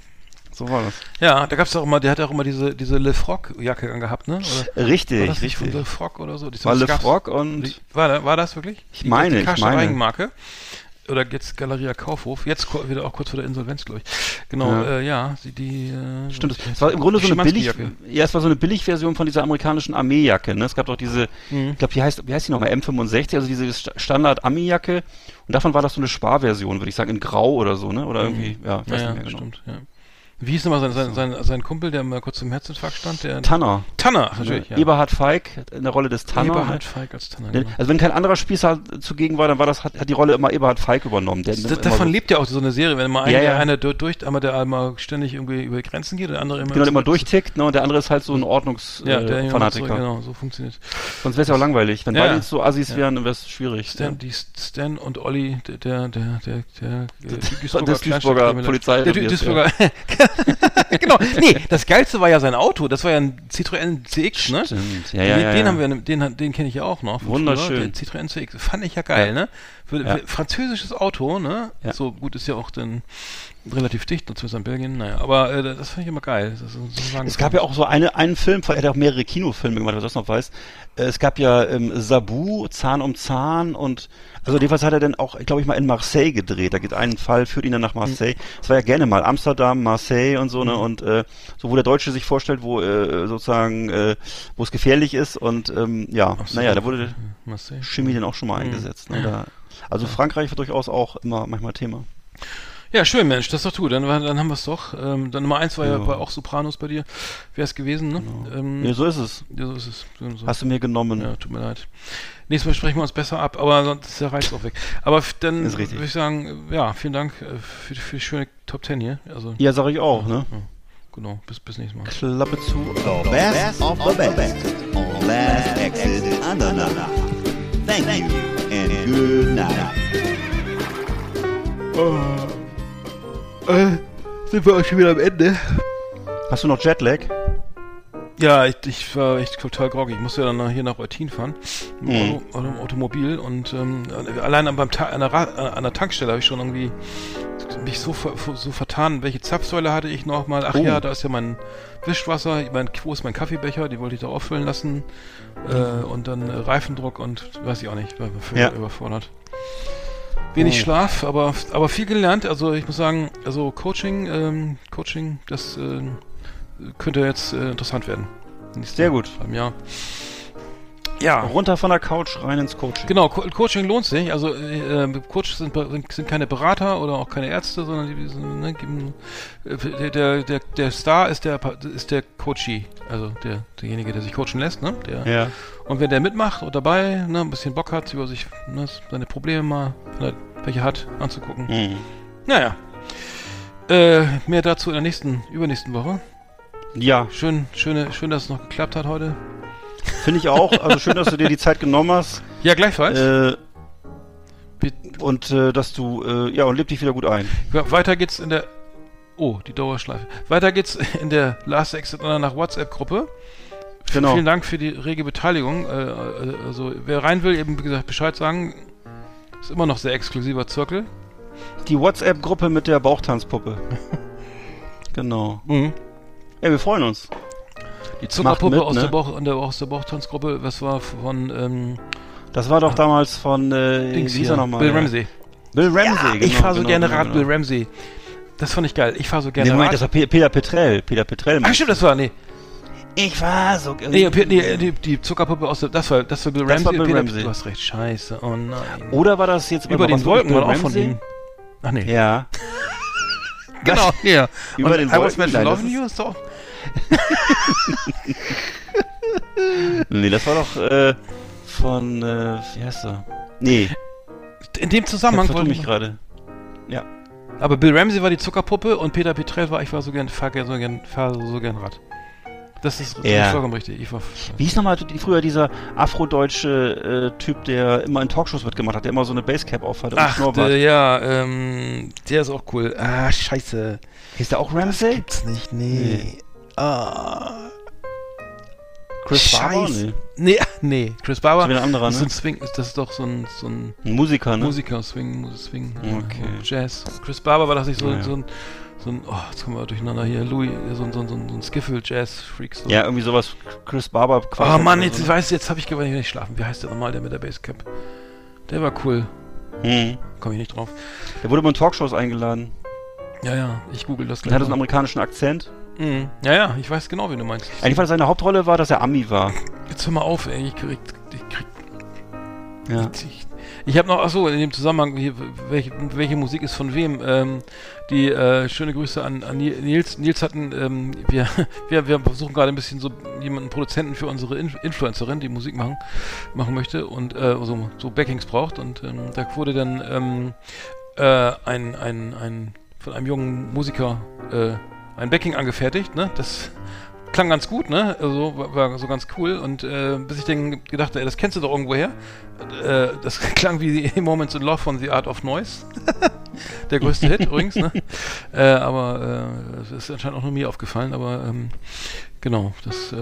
So war das. Ja, da gab's auch immer, der hat auch immer diese Le Froc-Jacke angehabt, ne? Oder richtig, war das richtig. Von Le Froc oder so? War Le Froc und... War das wirklich? Ich meine. Eigenmarke. Oder jetzt Galeria Kaufhof. Jetzt wieder auch kurz vor der Insolvenz, glaube ich. Genau, stimmt. Es war im Grunde so eine es war so eine Billigversion von dieser amerikanischen Armeejacke, ne? Es gab doch diese, ich glaube, wie heißt die nochmal? M65, also diese Standard-Armeejacke. Und davon war das so eine Sparversion, würde ich sagen, in Grau oder so, ne? Oder irgendwie, ich weiß nicht mehr genau. Stimmt, ja. Wie hieß nochmal sein Kumpel, der mal kurz im Herzinfarkt stand? Tanner, natürlich, ja. Eberhard Feig in der Rolle des Tanner. Eberhard Feig als Tanner, genau. Also wenn kein anderer Spießer zugegen war, dann hat die Rolle immer Eberhard Feig übernommen. Davon lebt ja auch so eine Serie, wenn immer einer der einmal ständig irgendwie über die Grenzen geht, der andere immer durchtickt, ne, und der andere ist halt so ein Ordnungsfanatiker. Genau, so funktioniert. Sonst wäre es ja auch langweilig. Wenn beide so Assis wären, dann wäre es schwierig. Stan und Olli, der Duisburger Polizei. Der Duisburger. Genau. Nee, das Geilste war ja sein Auto. Das war ja ein Citroën CX, ne? Stimmt. Den kenne ich ja auch noch. Wunderschön. Den Citroën CX. Fand ich ja geil, ne? Französisches Auto, ne? Ja. So gut ist ja auch dann relativ dicht, zumindest in Belgien. Naja, aber das fand ich immer geil. Es gab ja auch so einen Film, er hat auch mehrere Kinofilme gemacht, was du das noch weißt. Es gab ja Sabu, Zahn um Zahn und also jedenfalls hat er dann auch, glaube ich, mal in Marseille gedreht. Da geht ein Fall, führt ihn dann nach Marseille. Das war ja gerne mal Amsterdam, Marseille und so, ne? Und so, wo der Deutsche sich vorstellt, wo sozusagen, wo es gefährlich ist und da wurde Chemie dann auch schon mal eingesetzt. Ne? Ja. Also Frankreich wird durchaus auch immer manchmal Thema. Ja, schön, Mensch, das ist doch gut. Dann haben wir es doch. Dann Nummer 1 war auch Sopranos bei dir. Wäre es gewesen, ne? Genau. So ist es. Ja, so ist es. So. Hast du mir genommen. Ja, tut mir leid. Nächstes Mal sprechen wir uns besser ab, aber sonst ist der Reiz auch weg. Aber dann würde ich sagen, ja, vielen Dank für die schöne Top 10 hier. Also, ja, sag ich auch, ne? Ja. Genau, bis nächstes Mal. Klappe zu. The best of the best on Last Exit Andernach. Thank you and good night. Sind wir auch schon wieder am Ende? Hast du noch Jetlag? Ja, ich war echt total groggy. Ich musste ja dann hier nach Eutin fahren. Im Automobil. Und allein an der Tankstelle habe ich schon irgendwie mich so vertan. Welche Zapfsäule hatte ich noch mal? Ach ja, da ist ja mein Wischwasser. Wo ist mein Kaffeebecher? Die wollte ich da auffüllen lassen. Und dann Reifendruck und weiß ich auch nicht. War völlig überfordert. Wenig Schlaf, aber viel gelernt. Also ich muss sagen, also Coaching, das könnte jetzt interessant werden. Sehr gut. Beim Jahr. Ja. Runter von der Couch, rein ins Coaching. Genau, Coaching lohnt sich. Also Coaches sind keine Berater oder auch keine Ärzte, sondern die sind, ne, geben, der Star ist der Coachee, also derjenige, der sich coachen lässt, ne? Ja. Und wenn der mitmacht und dabei, ne, ein bisschen Bock hat, über sich, ne, seine Probleme mal, welche hat, anzugucken. Naja. Mehr dazu in der übernächsten Woche. Ja. Schön, dass es noch geklappt hat heute. Finde ich auch. Also schön, dass du dir die Zeit genommen hast. Ja, gleichfalls. Und dass du, und leb dich wieder gut ein. Ja, weiter geht's in der, die Dauerschleife. Weiter geht's in der Last Exit nach WhatsApp-Gruppe. Genau. Vielen Dank für die rege Beteiligung. Also, wer rein will, eben, wie gesagt, Bescheid sagen. Ist immer noch sehr exklusiver Zirkel. Die WhatsApp-Gruppe mit der Bauchtanzpuppe. Genau. Mhm. Ja, wir freuen uns. Die Zuckerpuppe mit, aus ne? aus der Bauchtanzgruppe, was war von, das war doch damals von, Dings wie hieß er nochmal? Bill Ramsey. Bill Ramsey, ja, genau. Ich fahre so gerne genau. Rad, Bill Ramsey. Das fand ich geil. Ich fahre so gerne Moment, Rad. das war Peter Petrell. Ach stimmt, das war, Ich war so... die Zuckerpuppe aus der, das war Bill Ramsey. War Bill Ramsey. Du hast recht, scheiße, oh nein. Oder war das jetzt... Über den Wolken war auch von ihm. Ach nee. Ja. Genau, ja. Über den I Was Wolken. Meant to Love You ist doch... Nee, das war doch von, wie heißt er? Nee. In dem Zusammenhang wollte mich gerade. Ja. Aber Bill Ramsey war die Zuckerpuppe und Peter Petrell war, ich war so gern, fahr so gern Rad. Das ist vollkommen richtig. Wie hieß nochmal früher dieser afrodeutsche Typ, der immer in Talkshows mitgemacht hat, der immer so eine Basecap aufhat und der ist auch cool. Ah, scheiße. Hieß der auch Ramsey? Das gibt's nicht, nee. Chris Barber? Nee. Chris Barber. Das ist wieder ein anderer, ne? Das ist doch so ein Musiker, ne? Musiker, Swing, okay. Jazz. Chris Barber war das nicht so Ja. ein jetzt kommen wir durcheinander hier, Louis, so ein Skiffle-Jazz-Freak. So. Ja, irgendwie sowas, Chris Barber quasi. Oh Mann, jetzt habe ich gewöhnt, nicht schlafen. Wie heißt der nochmal, der mit der Basecap? Der war cool. Komm ich nicht drauf. Der wurde mal in Talkshows eingeladen. Ja, ich google das gleich. Der hatte so einen amerikanischen Akzent. Ja, ich weiß genau, wen du meinst. Eigentlich war seine Hauptrolle war, dass er Ami war. Jetzt hör mal auf, ey, ich krieg ja. Ich habe noch, in dem Zusammenhang, welche Musik ist von wem? Die schöne Grüße an Nils. Nils hatten, wir versuchen gerade ein bisschen so jemanden Produzenten für unsere Influencerin, die Musik machen möchte und so Backings braucht. Und da wurde dann von einem jungen Musiker ein Backing angefertigt, ne? Das klang ganz gut, ne? Also war so ganz cool und bis ich dann gedacht habe, das kennst du doch irgendwoher. Das klang wie Moments in Love von The Art of Noise. Der größte Hit übrigens, ne? Aber das ist anscheinend auch nur mir aufgefallen, aber genau,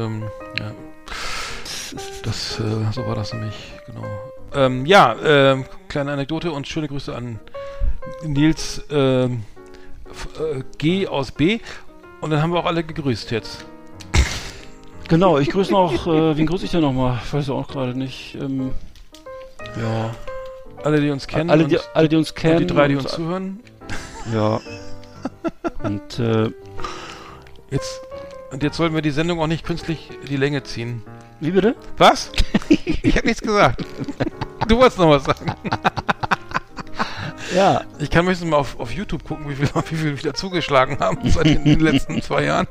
so war das nämlich, genau. Kleine Anekdote und schöne Grüße an Nils G aus B. Und dann haben wir auch alle gegrüßt jetzt. Genau, ich grüße noch, wen grüße ich denn nochmal? Ich weiß auch gerade nicht. Ja. Alle, die uns kennen. Alle, die uns kennen. Und die 3, die uns zuhören. Ja. Und jetzt sollten wir die Sendung auch nicht künstlich die Länge ziehen. Wie bitte? Was? Ich habe nichts gesagt. Du wolltest noch was sagen. Ja. Ich kann höchstens mal auf YouTube gucken, wie viel wieder zugeschlagen haben seit den letzten 2 Jahren.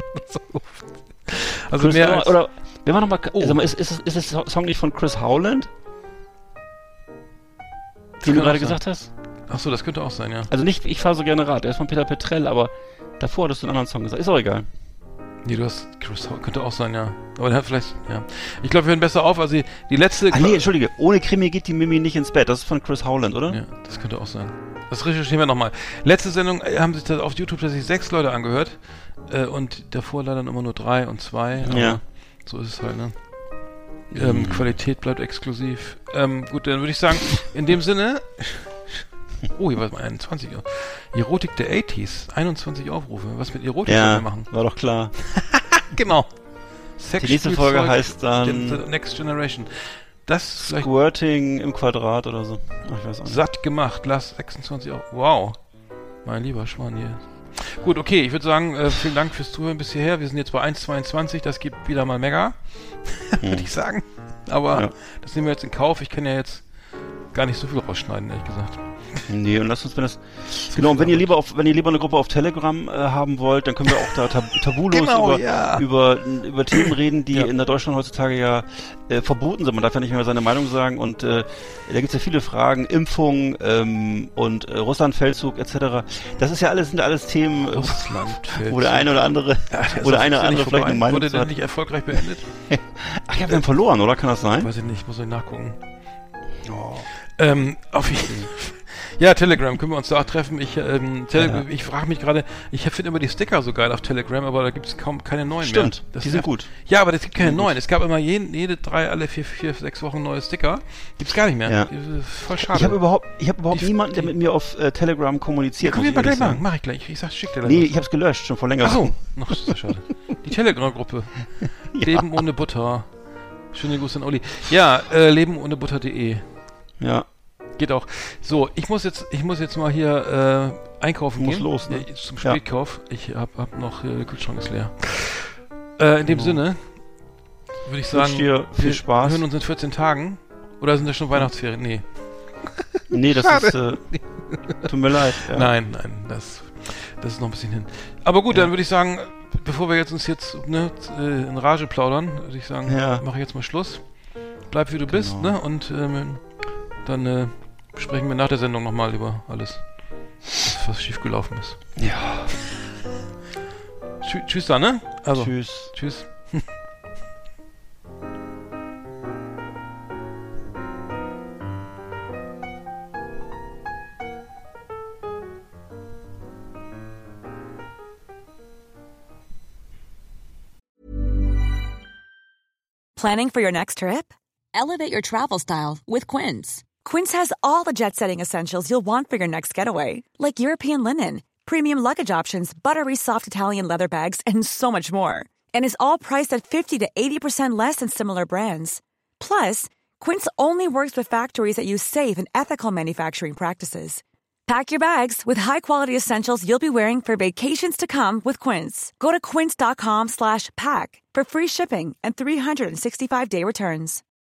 Also Chris mehr als... Oder, wenn wir nochmal... Sag mal, ist das Song nicht von Chris Howland? Den du gerade gesagt hast? Achso, das könnte auch sein, ja. Also nicht, ich fahre so gerne Rad. Der ist von Peter Petrell, aber davor hattest du einen anderen Song gesagt. Ist auch egal. Nee, Chris Howland könnte auch sein, ja. Aber der hat vielleicht, ja. Ich glaube, wir hören besser auf, also die letzte... nee, entschuldige. Ohne Krimi geht die Mimi nicht ins Bett. Das ist von Chris Howland, oder? Ja, das könnte auch sein. Das recherchieren wir nochmal. Letzte Sendung haben sich das auf YouTube tatsächlich 6 Leute angehört. Und davor leider immer nur 3 und 2. Ja. So ist es halt, ne? Qualität bleibt exklusiv. Gut, dann würde ich sagen, in dem Sinne... Oh, hier war es mal 21. Erotik der 80s. 21 Aufrufe. Was mit Erotik sollen wir machen? War doch klar. Genau. Sex Die nächste Folge heißt dann... The Next Generation. Das Squirting im Quadrat oder so. Ach, ich weiß auch nicht. Satt gemacht. Lass 26 Aufrufe. Wow. Mein lieber Schwan hier. Gut, okay. Ich würde sagen, vielen Dank fürs Zuhören bis hierher. Wir sind jetzt bei 1,22. Das gibt wieder mal mega. Würde ich sagen. Aber das nehmen wir jetzt in Kauf. Ich kann ja jetzt gar nicht so viel rausschneiden, ehrlich gesagt. Nee, und lasst uns, und wenn ihr lieber eine Gruppe auf Telegram haben wollt, dann können wir auch da tabulos über Themen reden, die in der Deutschland heutzutage ja verboten sind. Man darf ja nicht mehr seine Meinung sagen und da gibt's ja viele Fragen, Impfung und Russlandfeldzug etc. Das ist ja sind alles Themen, wo der eine oder andere vielleicht eine Meinung wurde der nicht erfolgreich beendet? Ach, ich habe den verloren, oder? Kann das sein? Weiß ich nicht, muss ich nachgucken. Auf jeden Fall. Ja, Telegram, können wir uns da auch treffen. Ich frage mich gerade, ich finde immer die Sticker so geil auf Telegram, aber da gibt es kaum keine neuen mehr. Stimmt, die sind gut. Ja, aber es gibt keine neuen. Es gab immer alle 6 Wochen neue Sticker. Gibt's gar nicht mehr. Ja. Voll schade. Ich habe überhaupt niemanden, der mit mir auf Telegram kommuniziert. Ja, wir gleich machen. Mach ich gleich. Ich schick dir das. Nee, ich hab's gelöscht, schon vor längerem. Ach so, noch ist das schade. Die Telegram-Gruppe. Leben ohne Butter. Schöne Grüße an Uli. Ja, lebenohnebutter.de. Ja. Geht auch. So, ich muss jetzt mal hier einkaufen gehen. Muss los, ne? Zum Spätkauf. Ich hab noch, der Kühlschrank ist leer. In dem Sinne würde ich sagen, dir viel Spaß. Wir hören uns in 14 Tagen. Oder sind das schon Weihnachtsferien? Nee. Nee, das ist, tut mir leid. Ja. Nein, das ist noch ein bisschen hin. Aber gut, dann würde ich sagen, bevor wir uns in Rage plaudern, würde ich sagen, mache ich jetzt mal Schluss. Bleib wie du bist, ne? Und dann sprechen wir nach der Sendung nochmal über alles, was schiefgelaufen ist. Ja. Tschüss dann, ne? Also, Tschüss. Planning for your next trip? Elevate your travel style with Quince. Quince has all the jet-setting essentials you'll want for your next getaway, like European linen, premium luggage options, buttery soft Italian leather bags, and so much more. And is all priced at 50 to 80% less than similar brands. Plus, Quince only works with factories that use safe and ethical manufacturing practices. Pack your bags with high-quality essentials you'll be wearing for vacations to come with Quince. Go to quince.com/pack for free shipping and 365-day returns.